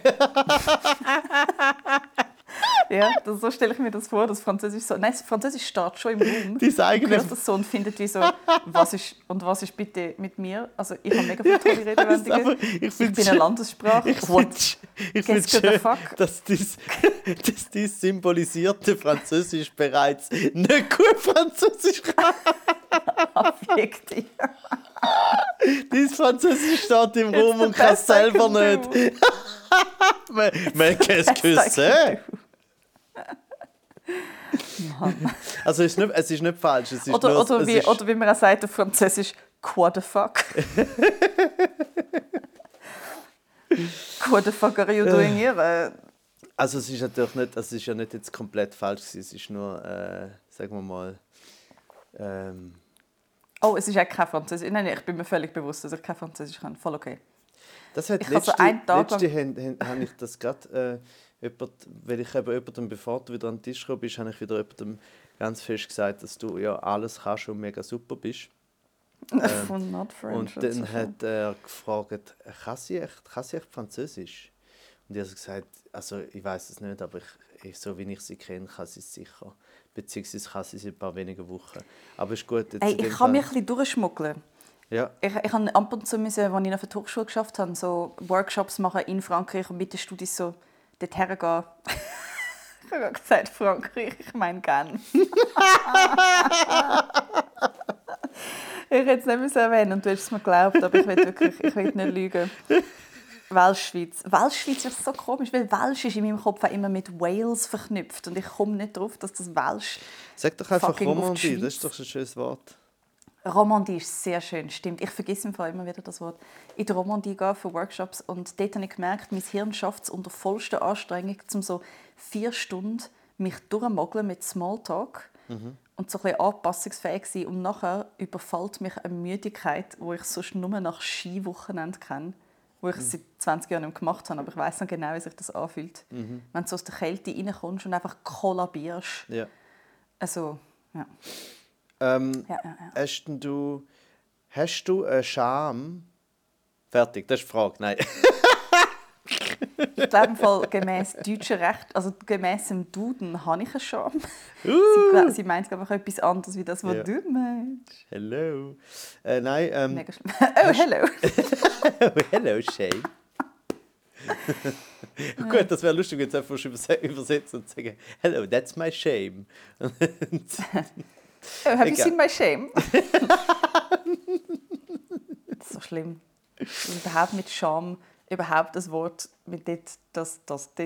Ja, so stelle ich mir das vor, dass Französisch so... Nein, Französisch steht schon im Raum. Du hörst das so und findet wie so, was ist bitte mit mir? Also ich habe mega viele tolle Redewendungen. Ich bin eine Landessprache. Ich finde schön, dass dies symbolisierte Französisch bereits nicht gut Französisch kann. Fick dich. Dein Französisch steht im Raum und kann es selber nicht. Mais qu'est-ce que c'est? Also es ist nicht falsch. Es ist oder wie man auch sagt auf Französisch, «Quoi the fuck?» «Quoi the fuck are you doing here?» Also es ist natürlich nicht, es ist ja nicht jetzt komplett falsch gewesen. Es ist nur, sagen wir mal... Oh, es ist auch kein Französisch. Nein, ich bin mir völlig bewusst, dass ich kein Französisch kann. Voll okay. Das hat letzte habe ich das gerade... weil ich eben jemandem, bevor du wieder an den Tisch gekommen bist, habe ich wieder jemandem ganz fest gesagt, dass du ja alles kannst und mega super bist. Not French. Und dann hat er gefragt, kann sie echt Französisch? Und ich habe gesagt, also ich weiß es nicht, aber so wie ich sie kenne, kann sie es sicher. Beziehungsweise kann sie es in ein paar wenigen Wochen. Aber ist gut. Jetzt Ey, in ich dem kann mich Fall. ein bisschen durchschmuggeln. Ja. Ich habe ab und zu, als ich auf der Hochschule geschafft habe, so Workshops machen in Frankreich und mit den Studis so dorthin gehen. Ich habe gerade gesagt Frankreich, ich meine gerne. Ich hätte es nicht erwähnen und du hast es mir geglaubt, aber ich will nicht lügen. Welschschweiz. Welschschweiz ist so komisch, weil Welsch ist in meinem Kopf auch immer mit Wales verknüpft und ich komme nicht darauf, dass das Welsch Sag doch einfach fucking auf die Romandie, Schweiz. das ist doch ein schönes Wort. Romandie ist sehr schön, stimmt. Ich vergesse im Fall immer wieder das Wort. In die Romandie gehen für Workshops und dort habe ich gemerkt, mein Hirn schafft es unter vollster Anstrengung, um so 4 Stunden mich durchzumogeln mit Smalltalk und so ein bisschen anpassungsfähig zu sein. Und nachher überfällt mich eine Müdigkeit, die ich sonst nur nach Skiwochenende kenne, wo ich seit 20 Jahren nicht mehr gemacht habe, aber ich weiss noch genau, wie sich das anfühlt. Wenn du so aus der Kälte reinkommst und einfach kollabierst. Ja. Also, ja. Ja. Hast du eine Scham? Fertig, das ist die Frage. Nein. Ich glaube, im Fall gemäss deutschem Recht, also gemäss dem Duden, habe ich eine Scham. Sie meint, glaube ich, etwas anderes, wie das, was Ja. du meinst. Hello. Nein, Mega schlimm. Oh, hello. hello, Shane. Gut, das wäre lustig, jetzt einfach übersetzen und sagen, hello, that's my shame. Oh, have you Egal. seen my shame? Das ist so schlimm. Überhaupt mit Scham überhaupt ein Wort mit das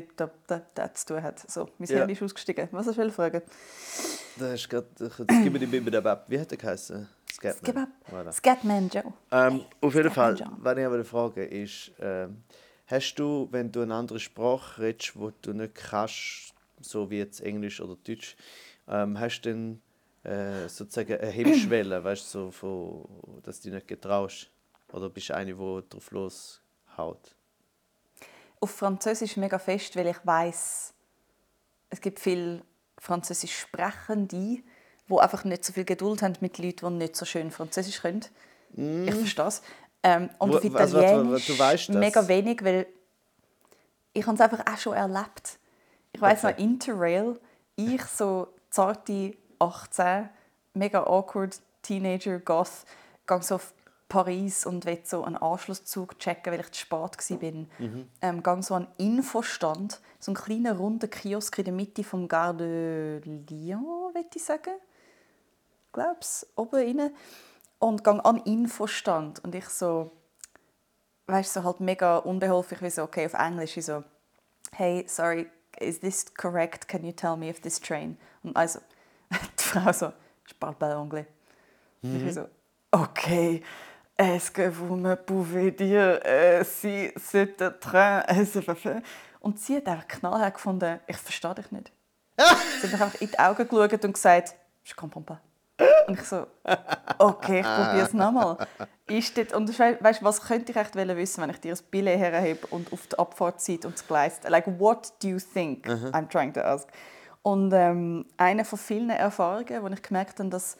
zu tun hat. So, mein Ja. Hirn ist ausgestiegen. Was hast du fragen? Das ist gerade, das gibt mir mit dem Wie hat er geheißen? Skip Voilà. Scatman Joe. Auf jeden Fall, Scatman Joe. was ich aber frage, ist, hast du, wenn du eine andere Sprache redest, die du nicht kannst, so wie jetzt Englisch oder Deutsch, hast du dann sozusagen eine Hemmschwelle, weißt du, so, dass du dich nicht getraust? Oder bist du eine, die drauf loshaut? Auf Französisch mega fest, weil ich weiss, es gibt viele Französisch Sprechende, die einfach nicht so viel Geduld haben mit Leuten, die nicht so schön Französisch können. Ich verstehe es. Und auf Italienisch du weißt das? mega wenig, weil ich habe es einfach auch schon erlebt. Ich weiss noch, Interrail, ich so zarte 18, mega awkward Teenager, Goth, gehe so auf Paris und will so einen Anschlusszug checken, weil ich zu spät war. Gehe so an einen Infostand, so einen kleinen runden Kiosk in der Mitte vom Gare de Lyon, würde ich sagen. Ich glaube es, oben rein. Und gehe an den Infostand und ich so, weißt du, so halt mega unbeholfen, wie so, okay, auf Englisch, ich so, hey, sorry, is this correct? Can you tell me if this train? Und also, die Frau so, je parle pas anglais. Und ich so, okay, est-ce que vous me pouvez dire si c'est un train? Und sie hat einfach knallhart gefunden, ich verstehe dich nicht. Sie hat mich einfach in die Augen geschaut und gesagt, je comprends pas. Und ich so, okay, ich probiere es nochmal. Und weißt, was könnte ich echt wissen, wenn ich dir ein Billett herhebe und auf die Abfahrtzeit und das Gleis... Like, what do you think I'm trying to ask? Und eine von vielen Erfahrungen, wo ich gemerkt habe, dass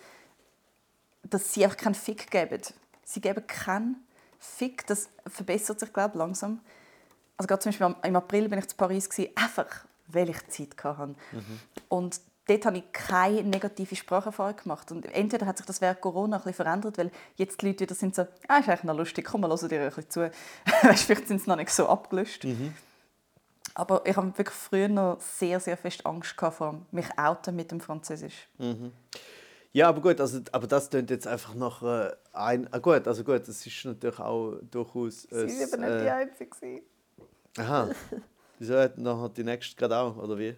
sie einfach keinen Fick geben. Sie geben keinen Fick. Das verbessert sich, glaube ich, langsam. Also gerade zum Beispiel im April war ich in Paris, einfach weil ich Zeit hatte. Und dort habe ich keine negative Spracherfahrung gemacht. Und entweder hat sich das während Corona ein bisschen verändert, weil jetzt die Leute wieder sind so, ist eigentlich noch lustig, komm, wir hören dir ein bisschen zu. Weißt, vielleicht sind sie noch nicht so abgelöscht. Aber ich habe wirklich früher noch sehr, sehr fest Angst gehabt vor mich outen mit dem Französisch. Ja, aber gut, aber das klingt jetzt einfach nach gut, das ist natürlich auch durchaus... Sie war aber nicht die Einzige. Aha. Wieso hat nachher die nächste gerade auch, oder wie?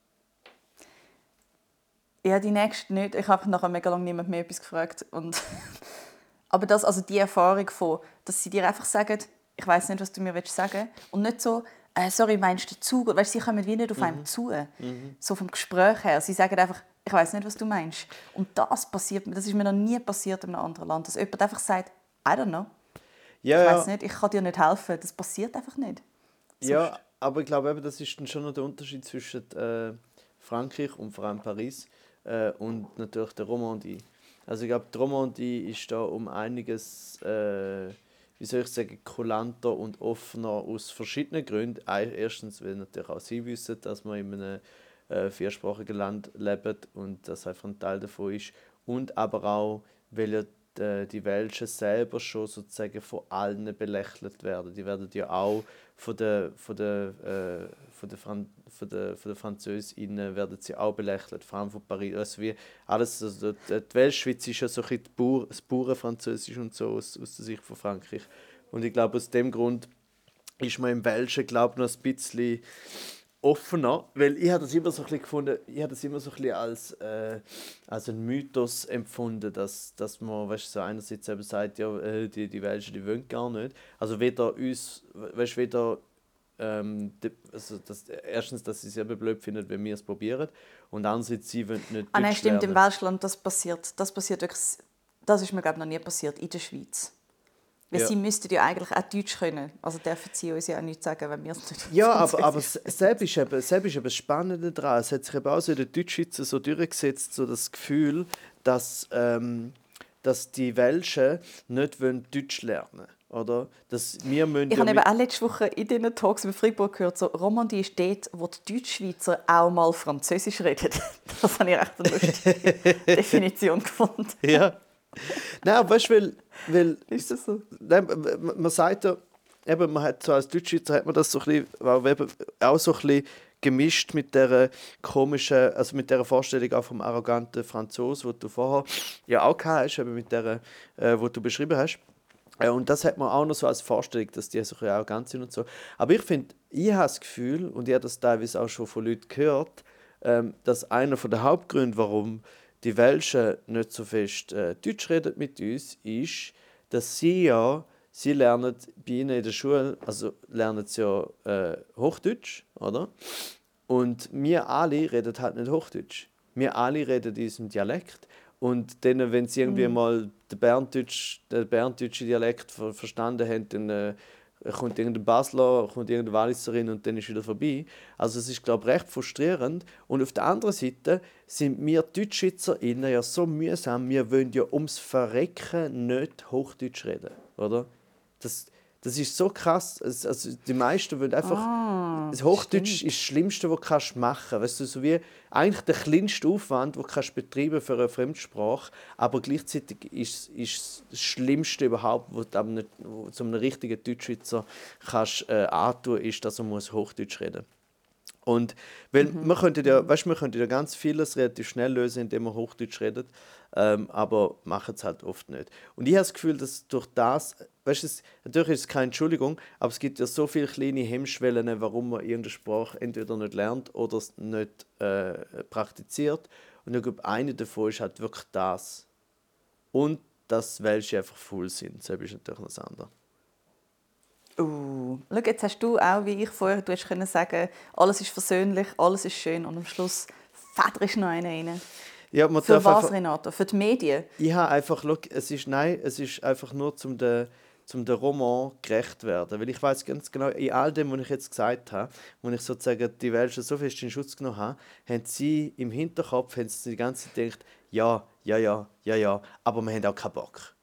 Ja, die nächste nicht. Ich habe nachher mega lange niemand mehr etwas gefragt. Aber die Erfahrung von, dass sie dir einfach sagen, ich weiss nicht, was du mir sagen willst. Und nicht so, sorry, meinst du zu? Weißt, sie kommen wie nicht auf einem zu. So vom Gespräch her. Sie sagen einfach, ich weiss nicht, was du meinst. Und das ist mir noch nie passiert in einem anderen Land. Dass jemand einfach sagt, I don't know. Ja, ich weiss nicht, ich kann dir nicht helfen. Das passiert einfach nicht. Ja, aber ich glaube, das ist dann schon noch der Unterschied zwischen Frankreich und vor allem Paris und natürlich der Romandie. Also ich glaube, die Romandie ist da um einiges, wie wie soll ich sagen, kulanter und offener aus verschiedenen Gründen. Erstens, weil natürlich auch sie wissen, dass wir in einem viersprachigen Land leben und das einfach ein Teil davon ist. Und aber auch, weil ja die Welschen selber schon sozusagen von allen belächelt werden. Die werden ja auch von den Französinnen werden sie auch belächelt, vor allem von Paris. Also wie alles, also die Weltschweiz ist ja so ein bisschen das Bauernfranzösisch und so aus der Sicht von Frankreich. Und ich glaube, aus dem Grund ist man im Welschen, glaube ich, noch ein bisschen offener, weil ich habe das immer so ein bisschen gefunden, ich habe das immer so ein bisschen als einen Mythos empfunden, dass man, weißt du, so einerseits eben sagt, ja, die Welschen, die wollen gar nicht. Also weder uns, weißt du, weder erstens, dass sie es eben blöd finden, wenn wir es probieren, und andererseits, sie wollen nicht nein, Deutsch stimmt, lernen. im Welschland, das passiert wirklich, das ist mir, glaube ich, noch nie passiert, in der Schweiz. Weil sie müssten ja eigentlich auch Deutsch können. Also dürfen sie uns ja auch nichts sagen, wenn wir es nicht Ja, aber selbst ist eben das Spannende daran. Es hat sich eben auch so in der Deutschschweiz so durchgesetzt, so das Gefühl, dass die Welschen nicht Deutsch lernen wollen. Oder? Dass wir ich habe eben auch letzte Woche in diesen Talks über Freiburg gehört, so, Romandie ist dort, wo die Deutschschweizer auch mal Französisch reden. Das habe ich echt eine lustige Definition gefunden. Ja. Nein, weißt du, weil ist das so? Nein, man sagt ja, eben, man hat so als Deutschschweizer hat man das so ein bisschen, auch so ein bisschen gemischt mit der komischen, also mit der Vorstellung auch vom arroganten Franzosen, die du vorher ja auch gehabt hast, eben mit der, wo du beschrieben hast. Und das hat man auch noch so als Vorstellung, dass die so arrogant sind und so. Aber ich finde, ich habe das Gefühl, und ich habe das teilweise auch schon von Leuten gehört, dass einer der Hauptgründe, warum die Welschen nicht so fest Deutsch reden mit uns, ist, dass sie lernen bei ihnen in der Schule, also lernen sie ja Hochdeutsch, oder? Und wir alle reden halt nicht Hochdeutsch. Wir alle reden in unserem Dialekt. Und dann, wenn sie irgendwie mal den berndeutschen Dialekt verstanden haben, dann kommt irgendein Basler, kommt irgendeine Walliserin und dann ist wieder vorbei. Also es ist, glaube ich, recht frustrierend. Und auf der anderen Seite sind wir DeutschschweizerInnen ja so mühsam, wir wollen ja ums Verrecken nicht Hochdeutsch reden, oder? Das ist so krass. Also die meisten wollen einfach... das Hochdeutsch ist das Schlimmste, was du machen kannst. Weißt du, so wie eigentlich der kleinste Aufwand, den du betreiben für eine Fremdsprache, aber gleichzeitig ist das Schlimmste überhaupt, was du zu einem richtigen Deutschschweizer antun kannst, ist, dass er Hochdeutsch reden muss. Und weil wir könnten ja ganz vieles relativ schnell lösen, indem wir Hochdeutsch reden, aber machen es halt oft nicht. Und ich habe das Gefühl, dass durch das, natürlich ist es keine Entschuldigung, aber es gibt ja so viele kleine Hemmschwellen, warum man irgendeine Sprache entweder nicht lernt oder es nicht praktiziert. Und ich glaube, eine davon ist halt wirklich das. Und dass Welche einfach faul sind. Das ist natürlich noch das andere. Schau, jetzt hast du auch, wie ich vorher, du hast können sagen, alles ist versöhnlich, alles ist schön und am Schluss federst noch einen rein. Ja, für was, einfach, Renato? Für die Medien? Ich habe einfach, es ist einfach nur zum der Roman gerecht werden. Weil ich weiß ganz genau, in all dem, was ich jetzt gesagt habe, wo ich sozusagen die Welschen so fest in Schutz genommen habe, haben sie im Hinterkopf haben sie die ganze Zeit gedacht, ja, aber wir haben auch keinen Bock.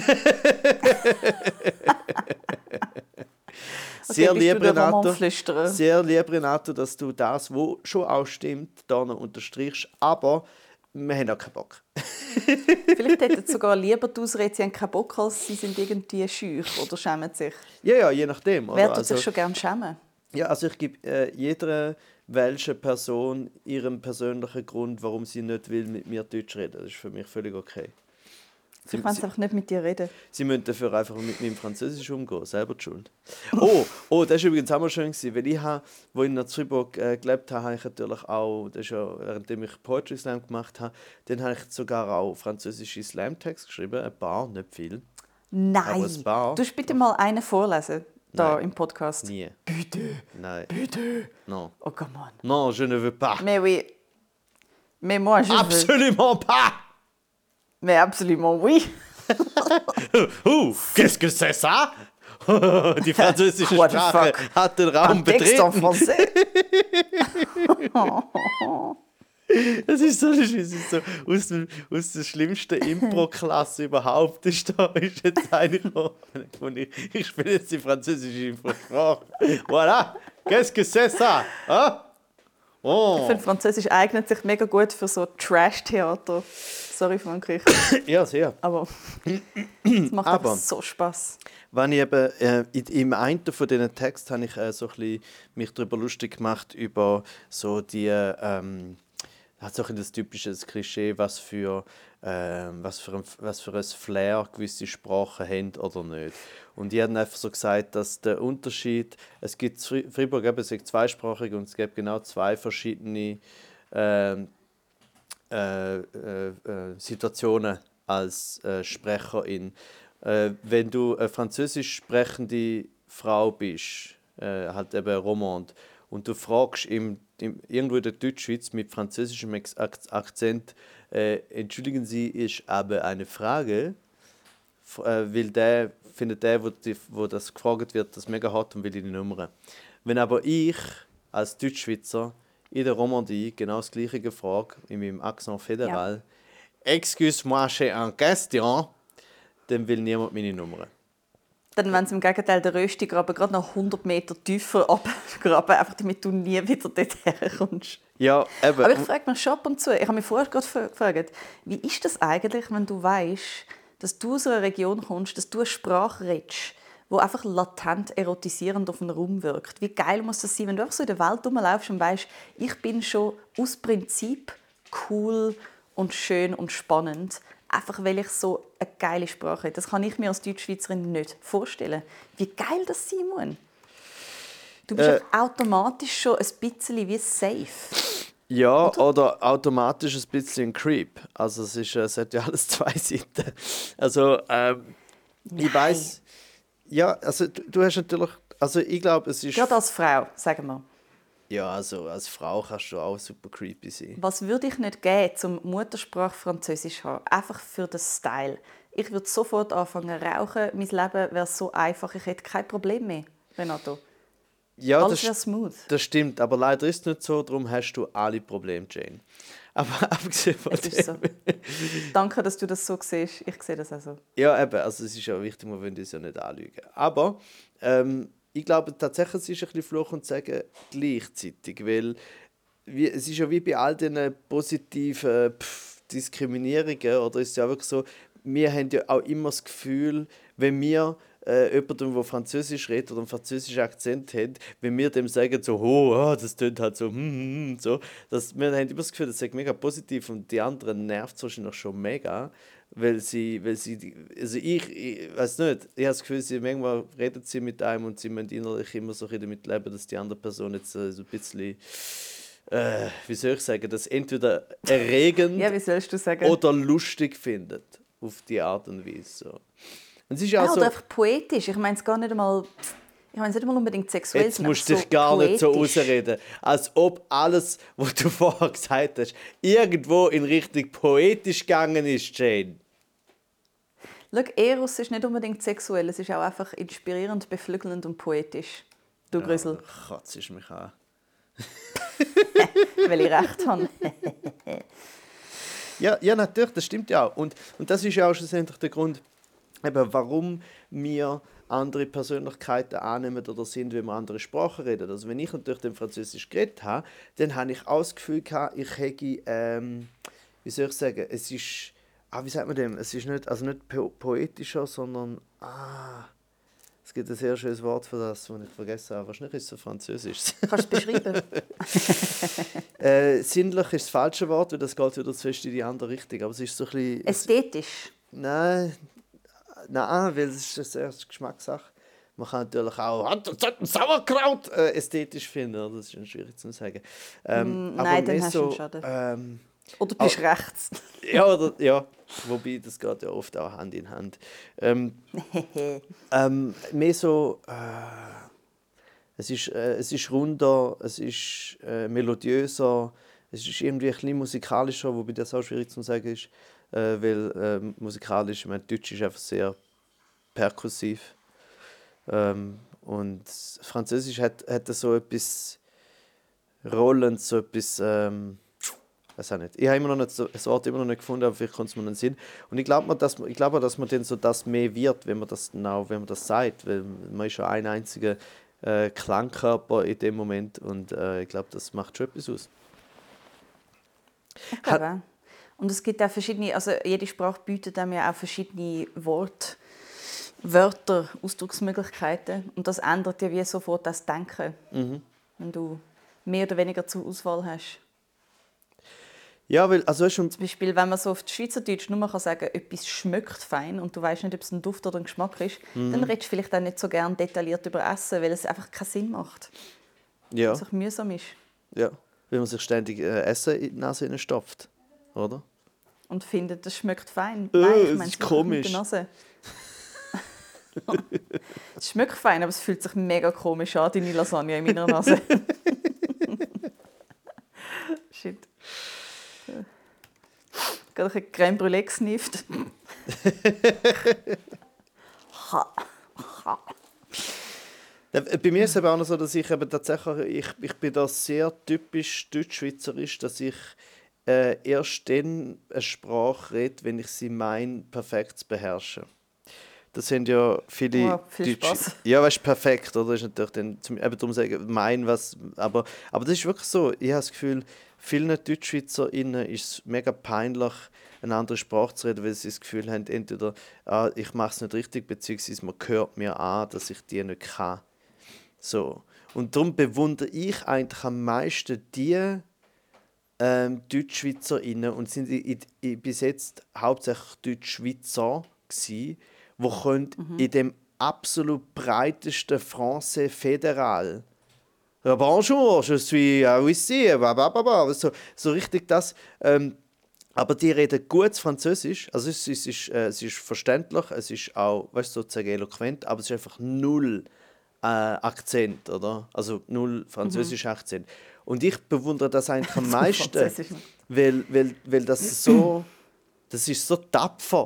Sehr lieb, Renato, dass du das, was schon auch stimmt, da noch unterstreichst, aber wir haben auch keinen Bock. Vielleicht hätten sie sogar lieber die Ausrede, sie haben keinen Bock, als sie sind irgendwie scheu oder schämen sich. Ja, je nachdem. Wer tut sich schon gerne schämen? Ja, also ich gebe jeder welchen Person ihren persönlichen Grund, warum sie nicht will mit mir Deutsch reden. Das ist für mich völlig okay. Vielleicht wollen sie einfach nicht mit dir reden. Sie müssen dafür einfach mit meinem Französisch umgehen, selber die Schuld. Das war übrigens auch mal schön, weil ich, als ich in Freiburg gelebt habe, habe ich natürlich auch, das ist ja, währenddem ich Poetry Slam gemacht habe, dann habe ich sogar auch französische Slam-Texte geschrieben, ein paar, nicht viel. Nein, aber ein paar. Du bitte mal einen vorlesen, da im Podcast. Nie. Bitte. Nein. Bitte. Non. Oh, come on. Non, je ne veux pas. Mais oui. Mais moi, je Absolument veux... pas. Mais absolument oui. Qu'est-ce que c'est ça? Die französische Sprache hat den Raum betreten. Texte en français. Das ist so, aus der schlimmsten Impro-Klasse überhaupt. Ist jetzt eine gekommen. Ich spiele jetzt die französische Impro-Sprache. Voilà! Qu'est-ce que c'est ça? Hein? Oh. Ich finde, Französisch eignet sich mega gut für so Trash-Theater. Sorry, Frankreich. Ja, sehr. Aber es macht einfach so Spass. Wenn ich eben, im einen von diesen Texten habe ich so ein bisschen mich darüber lustig gemacht, über so die, hat so ein das typische Klischee, was für ein Flair gewisse Sprachen haben oder nicht. Und ich habe einfach so gesagt, dass der Unterschied, es gibt Freiburg eben, es ist zweisprachig und es gibt genau zwei verschiedene Situationen als Sprecherin. Wenn du eine französisch sprechende Frau bist, halt eben Romande, und du fragst irgendwo in der Deutschschweiz mit französischem Akzent, entschuldigen Sie, ich habe eine Frage, weil findet der, wo das gefragt wird, das mega hart und will die Nummer. Wenn aber ich als Deutschschweizer in der Romandie genau das Gleiche frage, in meinem Accent fédéral, «Excuse-moi, j'ai une question», dann will niemand meine Nummer. Dann, wenn es im Gegenteil der Röstigraben gerade noch 100 Meter tiefer abgraben, einfach damit du nie wieder dort herkommst. Ja, eben. Aber ich frage mich schon ab und zu, ich habe mich vorher gerade gefragt, wie ist das eigentlich, wenn du weißt, dass du aus einer Region kommst, dass du eine Sprache redest, die einfach latent erotisierend auf den Raum wirkt. Wie geil muss das sein, wenn du einfach so in der Welt rumlaufst und weißt, ich bin schon aus Prinzip cool und schön und spannend, einfach weil ich so eine geile Sprache habe. Das kann ich mir als Deutschschweizerin nicht vorstellen. Wie geil das sein muss. Du bist automatisch schon ein bisschen wie safe. Ja, oder automatisch ein bisschen ein Creep. Also es hat ja alles zwei Seiten. Also ich weiss, ja, also du hast natürlich, also ich glaube, es ist... Gerade als Frau, sagen wir. Ja, also als Frau kannst du auch super creepy sein. Was würde ich nicht geben, zum Muttersprache Französisch zu haben? Einfach für den Style. Ich würde sofort anfangen zu rauchen. Mein Leben wäre so einfach, ich hätte kein Problem mehr, Renato. Ja, alles wäre smooth. Das stimmt, aber leider ist es nicht so, darum hast du alle Probleme, Jane. Aber abgesehen von dem... So. Danke, dass du das so siehst. Ich sehe das auch so. Ja, eben, also es ist ja wichtig, wir wollen uns ja nicht anlügen. Aber ich glaube tatsächlich, es ist ein bisschen Fluch und Segen gleichzeitig, weil es ist ja wie bei all diesen positiven Diskriminierungen, oder ist es ja wirklich so, wir haben ja auch immer das Gefühl, wenn wir jemandem, der Französisch redet oder einen französischen Akzent hat, wenn wir dem sagen, so, oh, das tönt halt so, so, wir haben immer das Gefühl, das ist mega positiv und die anderen nervt es wahrscheinlich schon mega, weil sie also ich weiß nicht, ich habe das Gefühl, manchmal reden sie mit einem und sie müssen innerlich immer so damit leben, dass die andere Person jetzt so ein bisschen, wie soll ich sagen, das entweder erregend ja, wie sollst du sagen? oder lustig findet, auf die Art und Weise. So. Und es ist auch so, oder einfach poetisch. Ich meine es gar nicht einmal... Ich meine es nicht mal unbedingt sexuell. Jetzt musst du dich gar nicht so ausreden. Als ob alles, was du vorher gesagt hast, irgendwo in Richtung poetisch gegangen ist, Jane. Schau, Eros ist nicht unbedingt sexuell. Es ist auch einfach inspirierend, beflügelnd und poetisch. Du Grüssel. Ja, kotzt mich an. Weil ich recht habe. Ja, natürlich, das stimmt ja auch. Und das ist ja auch schlussendlich der Grund, eben, warum wir andere Persönlichkeiten annehmen oder sind, wenn wir andere Sprachen reden. Also wenn ich natürlich den Französisch geredet habe, dann habe ich auch das Gefühl gehabt, ich hätte, wie soll ich sagen, es ist, wie sagt man dem, es ist nicht, also nicht poetischer, sondern, es gibt ein sehr schönes Wort für das, das ich vergessen habe. Wahrscheinlich ist es Französisch. Kannst du es beschreiben? Sinnlich ist das falsche Wort, weil das geht wieder zu fest in die andere Richtung. Aber es ist so ein bisschen... Ästhetisch? Nein, weil es ist eine Geschmackssache. Man kann natürlich auch Sauerkraut ästhetisch finden. Das ist schwierig zu sagen. Nein, dann hast du einen Schaden. Oder bist rechts. Ja, wobei das geht ja oft auch Hand in Hand. Mehr so... es ist runder, es ist melodiöser, es ist irgendwie ein bisschen musikalischer, wobei das auch schwierig zu sagen ist. Weil musikalisch, ich meine, Deutsch ist einfach sehr perkussiv. Und Französisch hat so etwas Rollendes, so etwas, Weiß auch nicht. Ich habe immer noch nicht das Wort immer noch nicht gefunden, aber vielleicht kommt es mir in den Sinn. Und ich glaube, dass man dann so das mehr wird, wenn man das sagt. Weil man ist ja ein einziger Klangkörper in dem Moment und ich glaube, das macht schon etwas aus. Ich glaube auch. Und es gibt auch verschiedene, also jede Sprache bietet einem ja auch verschiedene Wörter, Ausdrucksmöglichkeiten. Und das ändert ja wie sofort das Denken, wenn du mehr oder weniger zur Auswahl hast. Ja, weil, also Zum Beispiel, wenn man so auf Schweizerdeutsch nur sagen kann, etwas schmeckt fein und du weißt nicht, ob es ein Duft oder ein Geschmack ist, dann redest du vielleicht auch nicht so gerne detailliert über Essen, weil es einfach keinen Sinn macht. Ja. Weil es auch mühsam ist. Ja, weil man sich ständig Essen in die Nase stopft, oder? Und findet, das schmeckt fein. Nein, ich meine, ist komisch. Mit der Nase. Es schmeckt fein, aber es fühlt sich mega komisch an, deine Lasagne in meiner Nase. Shit. Gerade ein Crème Brûlée gesnifft. Bei mir ist es eben auch noch so, dass ich eben tatsächlich, ich bin da sehr typisch deutsch-schweizerisch, dass ich erst dann eine Sprache rede, wenn ich sie perfekt zu beherrschen. Das sind ja viele viel Spaß. Ja, weißt du, perfekt, oder? Das ist natürlich dann eben darum sagen, aber das ist wirklich so. Ich habe das Gefühl, vielen DeutschschweizerInnen ist es mega peinlich, eine andere Sprache zu reden, weil sie das Gefühl haben, entweder ich mache es nicht richtig, beziehungsweise man hört mir an, dass ich die nicht kann. So. Und darum bewundere ich eigentlich am meisten die DeutschschweizerInnen und sind bis jetzt hauptsächlich Deutschschweizer gewesen, die können in dem absolut breitesten Français fédéral «Bonjour, je suis ici», so richtig das. Aber die reden gutes Französisch, also es ist verständlich, es ist auch, weißt du, sozusagen eloquent, aber es ist einfach null Akzent, oder? Also null französischer Akzent. Und ich bewundere das eigentlich am meisten, weil das ist so tapfer.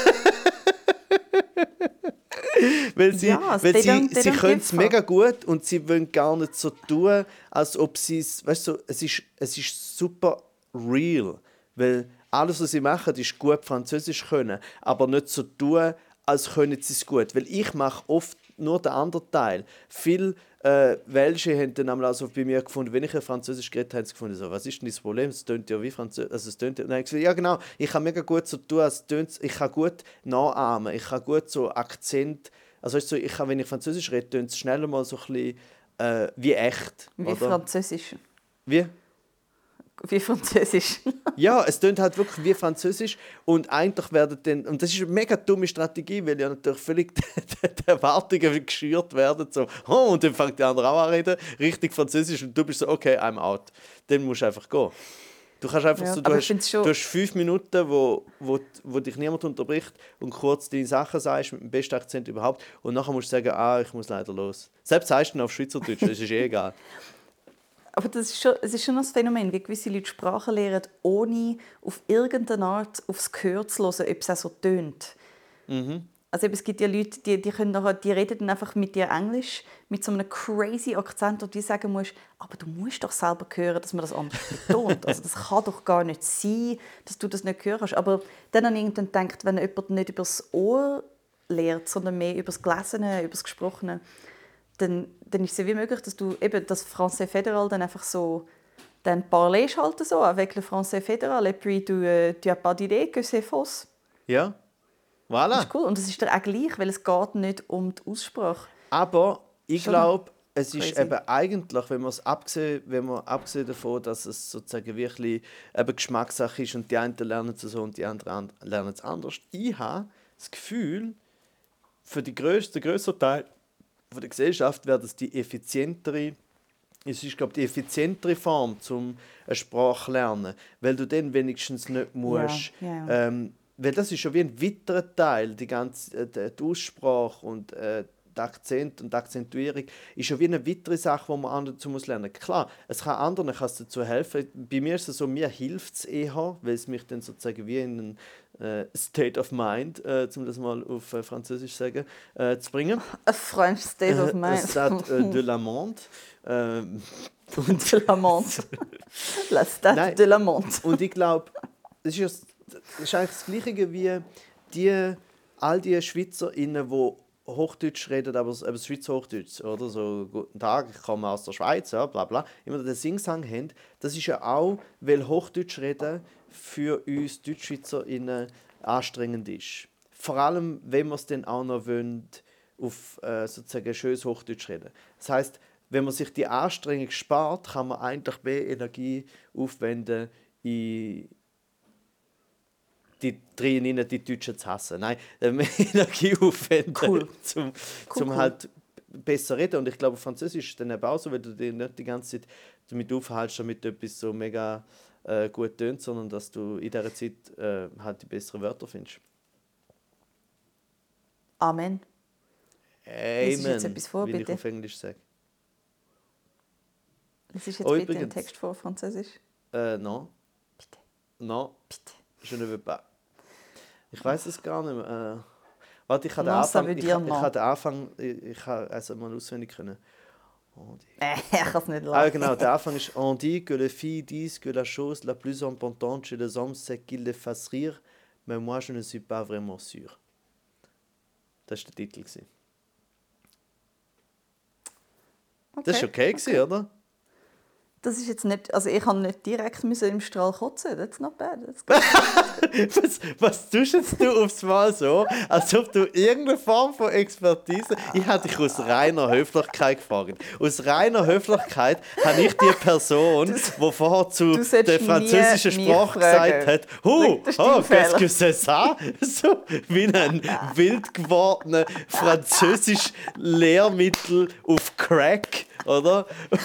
Weil sie können es mega gut und sie wollen gar nicht so tun, als ob sie es, weißt du, es ist super real, weil alles, was sie machen, ist gut Französisch können, aber nicht so tun, als können sie es gut, weil ich mache oft nur den anderen Teil. Viele Welsche haben dann also bei mir gefunden, wenn ich ein Französisch geredet habe, haben sie gefunden, so, was ist denn das Problem? Es tönt ja wie Französisch. Also es tönt, ja, ja genau, ich kann mega gut so tun, ich kann gut nachahmen, ich kann gut so Akzent, also weißt du, wenn ich Französisch rede, tönt es schneller mal so ein bisschen wie echt. Wie oder? Französisch. Wie Französisch. Ja, es tönt halt wirklich wie Französisch und eigentlich werden dann, und das ist eine mega dumme Strategie, weil ja natürlich völlig die Erwartungen geschürt werden, so, oh, und dann fängt der andere auch an reden, richtig Französisch und du bist so, okay, I'm out. Dann musst du einfach gehen. Du kannst einfach so, du hast 5 Minuten, wo dich niemand unterbricht und kurz deine Sachen sagst mit dem besten Akzent überhaupt und nachher musst du sagen, ich muss leider los. Selbst sagst du auf Schweizerdeutsch, das ist egal. Aber es ist schon ein Phänomen, wie gewisse Leute Sprachen lernen, ohne auf irgendeine Art aufs Gehör zu hören, ob es auch so tönt. Also es gibt ja Leute, die reden dann einfach mit dir Englisch, mit so einem crazy Akzent, und die sagen musst, aber du musst doch selber hören, dass man das anders betont. Also das kann doch gar nicht sein, dass du das nicht hören kannst. Aber dann habe ich irgendwann gedacht, wenn jemand nicht über das Ohr lernt, sondern mehr über das Gelesene, über das Gesprochene, dann ist es ja wie möglich, dass du eben das Français fédéral dann einfach so dann parlest halt so avec le Français fédéral et puis tu n'as pas d'idée que c'est fausse. Ja, voilà. Das ist cool und es ist dann auch gleich, weil es geht nicht um die Aussprache. Aber ich glaube, es ist eben eigentlich, wenn man abgesehen davon, dass es sozusagen wirklich eben Geschmackssache ist und die einen lernen es so und die anderen lernen es anders. Ich habe das Gefühl, für den grössten Teil von der Gesellschaft wäre das die effizientere Form, um eine Sprache zu lernen. Weil du dann wenigstens nicht musst. Ja. Weil das ist schon wie ein weiterer Teil, die Aussprache und der Akzent und die Akzentuierung ist schon wie eine weitere Sache, die man dazu lernen muss. Klar, es kann anderen dazu helfen. Bei mir ist es so, mir hilft es eher, weil es mich dann sozusagen wie in State of Mind, um das mal auf Französisch sagen, zu bringen. A French State of Mind. Stade de la Monde. De la Monde. La Stade de la Monde. Und ich glaube, das ist eigentlich das Gleiche wie all die SchweizerInnen, die Hochdeutsch reden, aber eben Schweizer Hochdeutsch, oder? So, guten Tag, ich komme aus der Schweiz, ja, bla bla. Immer den Singsang haben. Das ist ja auch, weil Hochdeutsch reden für uns DeutschschweizerInnen anstrengend ist. Vor allem, wenn wir es dann auch noch wollen, auf sozusagen schönes Hochdeutsch reden. Das heisst, wenn man sich die Anstrengung spart, kann man eigentlich mehr Energie aufwenden, in die drinnen die Deutschen zu hassen. Nein, mehr Energie aufwenden, Cool. zum halt besser reden. Und ich glaube, Französisch ist dann eben auch so, weil du dich nicht die ganze Zeit damit aufhältst, damit etwas so mega gut tönt, sondern dass du in dieser Zeit halt die besseren Wörter findest. Amen. Amen, Lies jetzt etwas vor, wie bitte. ich auf Englisch sage. Das ist jetzt Oh, bitte übrigens. ein Text vor Französisch. Non, Bitte. non, Bitte. je ne veux pas. Ich weiß es gar nicht mehr. Warte, ich habe den Non, ça Anfang, veut ich dire habe non. den Anfang, ich habe also mal auswendig können. Ich kann es nicht Ah lachen. genau, der Anfang ist On dit que les filles disent que la chose la plus importante chez les hommes c'est qu'ils les fassent rire, mais moi je ne suis pas vraiment sûr. Das war der Titel. Das war okay, oder? Das ist jetzt nicht, also ich kann nicht direkt im Strahl kotzen. That's not bad. That's good. Was tust jetzt du aufs Mal so, als ob du irgendeine Form von Expertise... Ich habe dich aus reiner Höflichkeit gefragt. Aus reiner Höflichkeit habe ich die Person, die vorher zu du solltest der französischen mich Sprache fragen. gesagt hat, Das ist dein qu'est-ce Fehler. que c'est ça? So wie ein wild gewordener französisch Lehrmittel auf Crack, oder?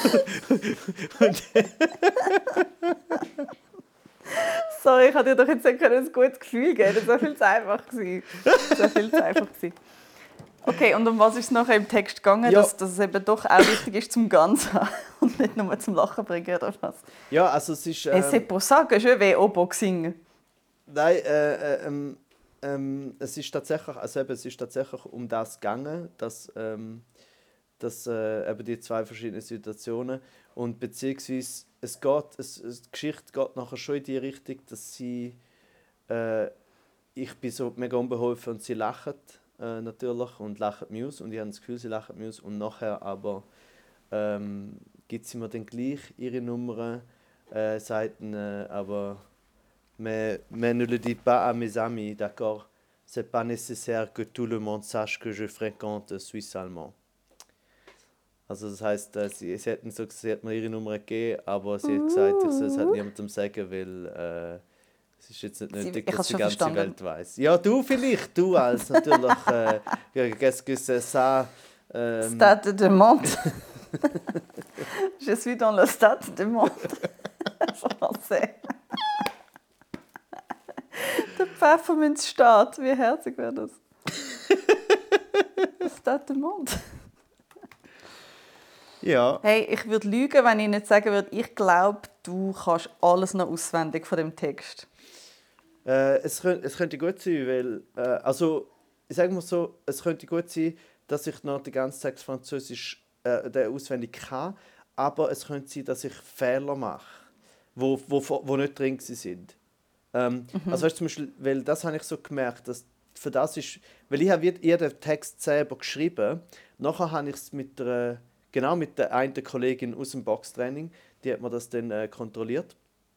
Sorry, ich hatte dir doch jetzt nicht ein gutes Gefühl geben. Das war viel zu einfach. Okay, und um was ist es nachher im Text gegangen? Ja. Dass es eben doch auch wichtig ist zum Ganzen und nicht nur zum Lachen bringen oder was? Ja, also es ist... Et c'est pour ça que je vais au Boxing. Nein, es ist tatsächlich, um das gegangen, dass eben die zwei verschiedenen Situationen und beziehungsweise die Geschichte geht nachher schon in die Richtung, dass ich bin so mega unbeholfen und sie lachen natürlich und lachen mich aus und ich habe das Gefühl, sie lachen mich aus und nachher aber gibt sie mir dann gleich ihre Nummern, sagt aber mais ne le dites pas à mes amis, d'accord? C'est pas nécessaire que tout le monde sache que je fréquente Suisse allemand. Also das heisst, sie hat mir ihre Nummer gegeben, aber sie hat gesagt, ich soll es halt niemandem sagen, weil es ist jetzt nicht nötig, Ich dass die hab's schon ganze verstanden. Welt weiss. Ja, du vielleicht, du als natürlich, qu'est-ce que c'est ça? Stade de Monde. Je suis dans le Stade de Monde. Français. Der Pfefferminzstaat, wie herzig wäre das? Stade de Monde. Ja. Hey, ich würde lügen, wenn ich nicht sagen würde, ich glaube, du kannst alles noch auswendig von dem Text. Es könnte gut sein, weil, also, ich sage mal so, es könnte gut sein, dass ich noch den ganzen Text Französisch auswendig kann, aber es könnte sein, dass ich Fehler mache, wo nicht drin sind. Also weißt, zum Beispiel, weil das habe ich so gemerkt, dass für das ist, weil ich habe den Text selber geschrieben, nachher habe ich es mit der einen Kollegin aus dem Boxtraining, die hat mir das dann kontrolliert.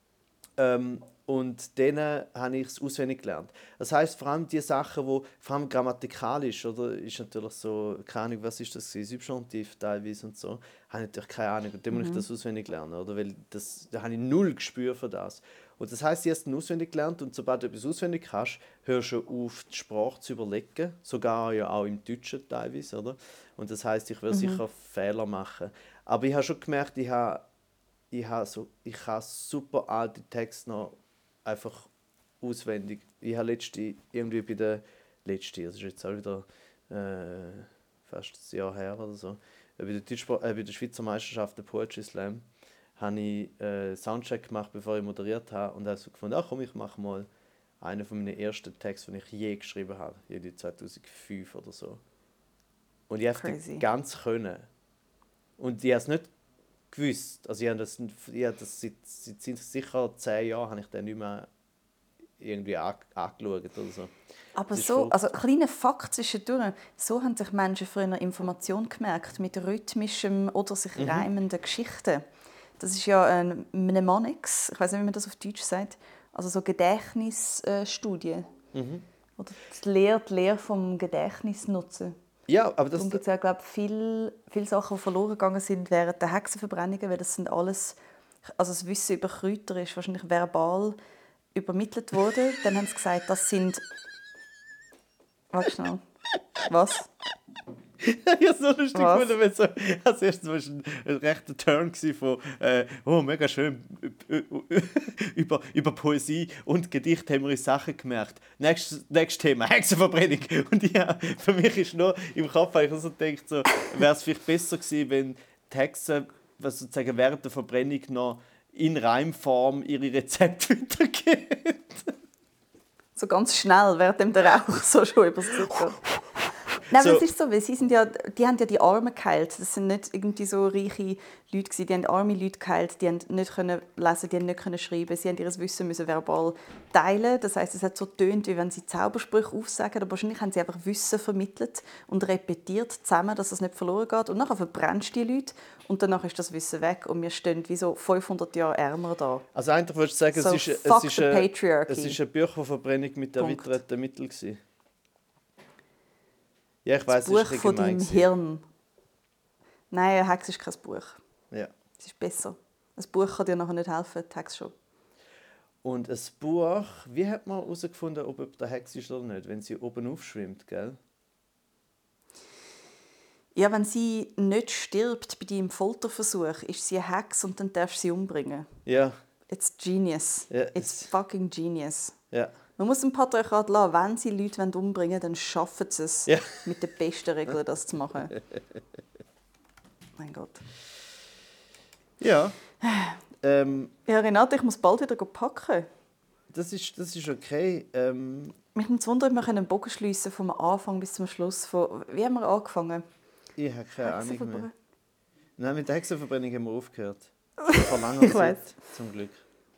Und denen habe ich es auswendig gelernt. Das heisst, vor allem die Sachen, die vor allem grammatikalisch, oder ist natürlich so, keine Ahnung, was ist das, Substantiv teilweise und so, habe ich natürlich keine Ahnung. Und dann muss ich das auswendig lernen, oder? Weil da habe ich null Gespür für das. Und das heisst, ich habe es dann auswendig gelernt und sobald du etwas auswendig hast, hörst du auf, die Sprache zu überlegen, sogar ja auch im Deutschen teilweise, oder? Und das heisst, ich werde sicher Fehler machen. Aber ich habe schon gemerkt, ich habe super alte Texte noch einfach auswendig. Ich habe irgendwie bei der letzten, das ist jetzt auch wieder fast ein Jahr her oder so, bei der Schweizer Meisterschaft der Poetry Slam habe ich Soundcheck gemacht, bevor ich moderiert habe und habe so gefunden, ach komm, ich mache mal einer von meinen ersten Texten, den ich je geschrieben habe. Irgendwie 2005 oder so. Und ich habe das ganz können. Und ich habe es nicht gewusst. Also ich habe das seit sicher 10 Jahren habe ich den nicht mehr irgendwie angeschaut oder so. Aber so, also kleiner Fakt zwischendurch, so haben sich Menschen früher Informationen gemerkt, mit rhythmischem oder sich reimenden Geschichten. Das ist ja ein Mnemonics, ich weiß nicht, wie man das auf Deutsch sagt, also so Gedächtnisstudie. Oder die Lehre vom Gedächtnis nutzen. Ja, aber das... Darum gibt es ja, glaube ich, viele Sachen, die verloren gegangen sind während der Hexenverbrennungen, weil das sind alles, also das Wissen über Kräuter ist wahrscheinlich verbal übermittelt worden. Dann haben sie gesagt, das sind... Warte schnell. Was? Ja, so lustig gefunden, wenn so... Als erstes war es ein rechter Turn von «Oh, mega schön, über Poesie und Gedicht haben wir uns Sachen gemerkt. Nächstes Thema, Hexenverbrennung.» Und ja, für mich ist nur im Kopf, ich so gedacht, so, wäre es vielleicht besser gewesen, wenn die Hexen, was sozusagen während der Verbrennung noch in Reimform ihre Rezepte weitergeben. So ganz schnell, während der Rauch so schon übers Gesicht geht. Nein, aber es ist so, weil die haben ja die Armen geheilt. Das sind nicht irgendwie so reiche Leute gewesen. Die haben arme Leute geheilt, die haben nicht können lesen, die haben nicht können schreiben. Sie haben ihr Wissen müssen verbal teilen. Das heisst, es hat so getönt, wie wenn sie Zaubersprüche aufsagen. Aber wahrscheinlich haben sie einfach Wissen vermittelt und repetiert zusammen, dass es nicht verloren geht. Und nachher verbrennst du die Leute und danach ist das Wissen weg und wir stehen wie so 500 Jahre ärmer da. Also eigentlich würdest du sagen, so, es ist eine Bücherverbrennung mit erweiterten Mitteln gewesen. Ja, ich weiss, das Buch es ist von deinem Hirn. Nein, eine Hex ist kein Buch. Ja. Es ist besser. Ein Buch kann dir nachher nicht helfen, die Hex schon. Und ein Buch, wie hat man herausgefunden, ob der Hex ist oder nicht, wenn sie oben aufschwimmt, gell? Ja, wenn sie nicht stirbt bei deinem Folterversuch, ist sie eine Hex und dann darfst du sie umbringen. Ja. It's genius. Ja, It's fucking genius. Ja. Man muss dem Patriarchat lassen, wenn sie Leute umbringen wollen, dann schaffen sie es, mit den besten Regeln das zu machen. Mein Gott. Ja. Ja, Renate, ich muss bald wieder packen. Das ist okay. Mich nimmt es Wunder, ob wir einen Bogen schliessen vom Anfang bis zum Schluss. Wie haben wir angefangen? Ich habe keine Ahnung mehr. Nein, mit der Hexenverbrennung haben wir aufgehört. Vor langer Zeit, zum Glück.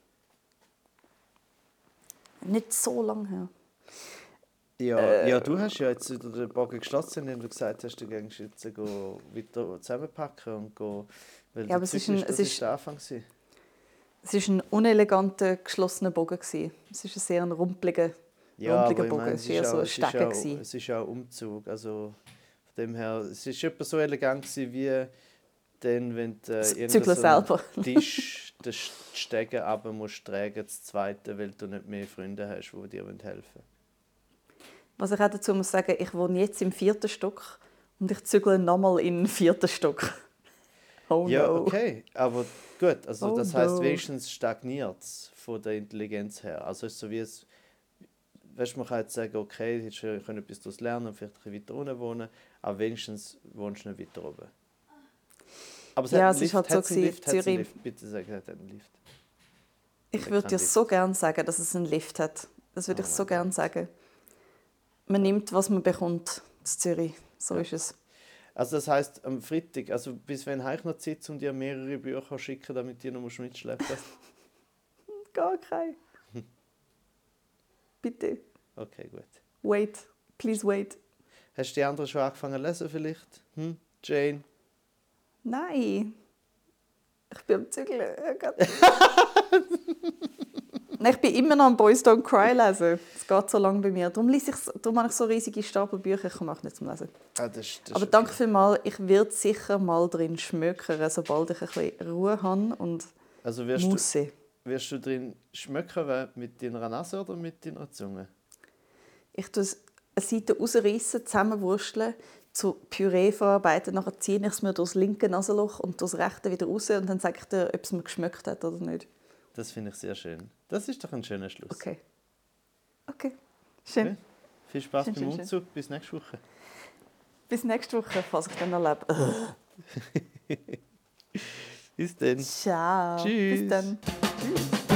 Nicht so lange her. Ja, du hast ja jetzt wieder den Bogen geschlossen, indem du gesagt hast, du gehst jetzt weiter zusammenpacken und gehen, weil aber das ist der Anfang gewesen. Es war ein uneleganter, geschlossener Bogen. Es ist ein sehr rumpeliger Bogen. Es war eher so ein Stecken. Es ist auch ein Umzug. Also von dem her, es war etwa so elegant wie dann, wenn du irgendeinen Tisch den Stegen runter musst tragen, das zweite, weil du nicht mehr Freunde hast, die dir helfen wollen. Was ich auch dazu muss sagen, ich wohne jetzt im 4. Stock und ich zügle nochmal in den 4. Stock. Oh ja, no. Okay, aber gut, also das heisst, wenigstens stagniert es von der Intelligenz her. Also es ist so wie es, weißt, man kann jetzt sagen, okay, jetzt können etwas daraus lernen und vielleicht ein bisschen weiter unten wohnen, aber wenigstens wohnst du nicht weiter oben. Aber es ja, es ist halt so Zürich. Bitte sag, es hat einen Lift. Ich würde dir so gerne sagen, dass es einen Lift hat. Das würde ich so gerne sagen. Man nimmt, was man bekommt in Zürich. So ist es. Also das heisst, am Freitag, also bis wann habe ich noch Zeit, um dir mehrere Bücher zu schicken, damit du noch mitschleppen musst? Gar kein. Bitte. Okay, gut. Wait. Please wait. Hast du die anderen schon angefangen zu lesen vielleicht? Jane? Nein. Ich bin am Zügeln. Nein, ich bin immer noch am Boys Don't Cry lesen. Es geht so lange bei mir. Darum habe ich so riesige Stapel Bücher. Ich komme auch nicht zum Lesen. Das aber danke vielmals. Ich werde sicher mal drin schmökern, sobald ich ein bisschen Ruhe habe und also Musse. Wirst du drin schmökern mit deiner Nase oder mit deiner Zunge? Ich tue eine Seite rausreißen, zusammenwursteln, zu Püree verarbeiten. Nachher ziehe ich es mir durch das linke Nasenloch und durch das rechte wieder raus. Und dann sage ich dir, ob es mir geschmeckt hat oder nicht. Das finde ich sehr schön. Das ist doch ein schöner Schluss. Okay. Schön. Okay. Viel Spaß beim Umzug. Schön. Bis nächste Woche. Bis nächste Woche, falls ich dann erlebe. Bis dann. Ciao. Tschüss. Bis dann. Tschüss.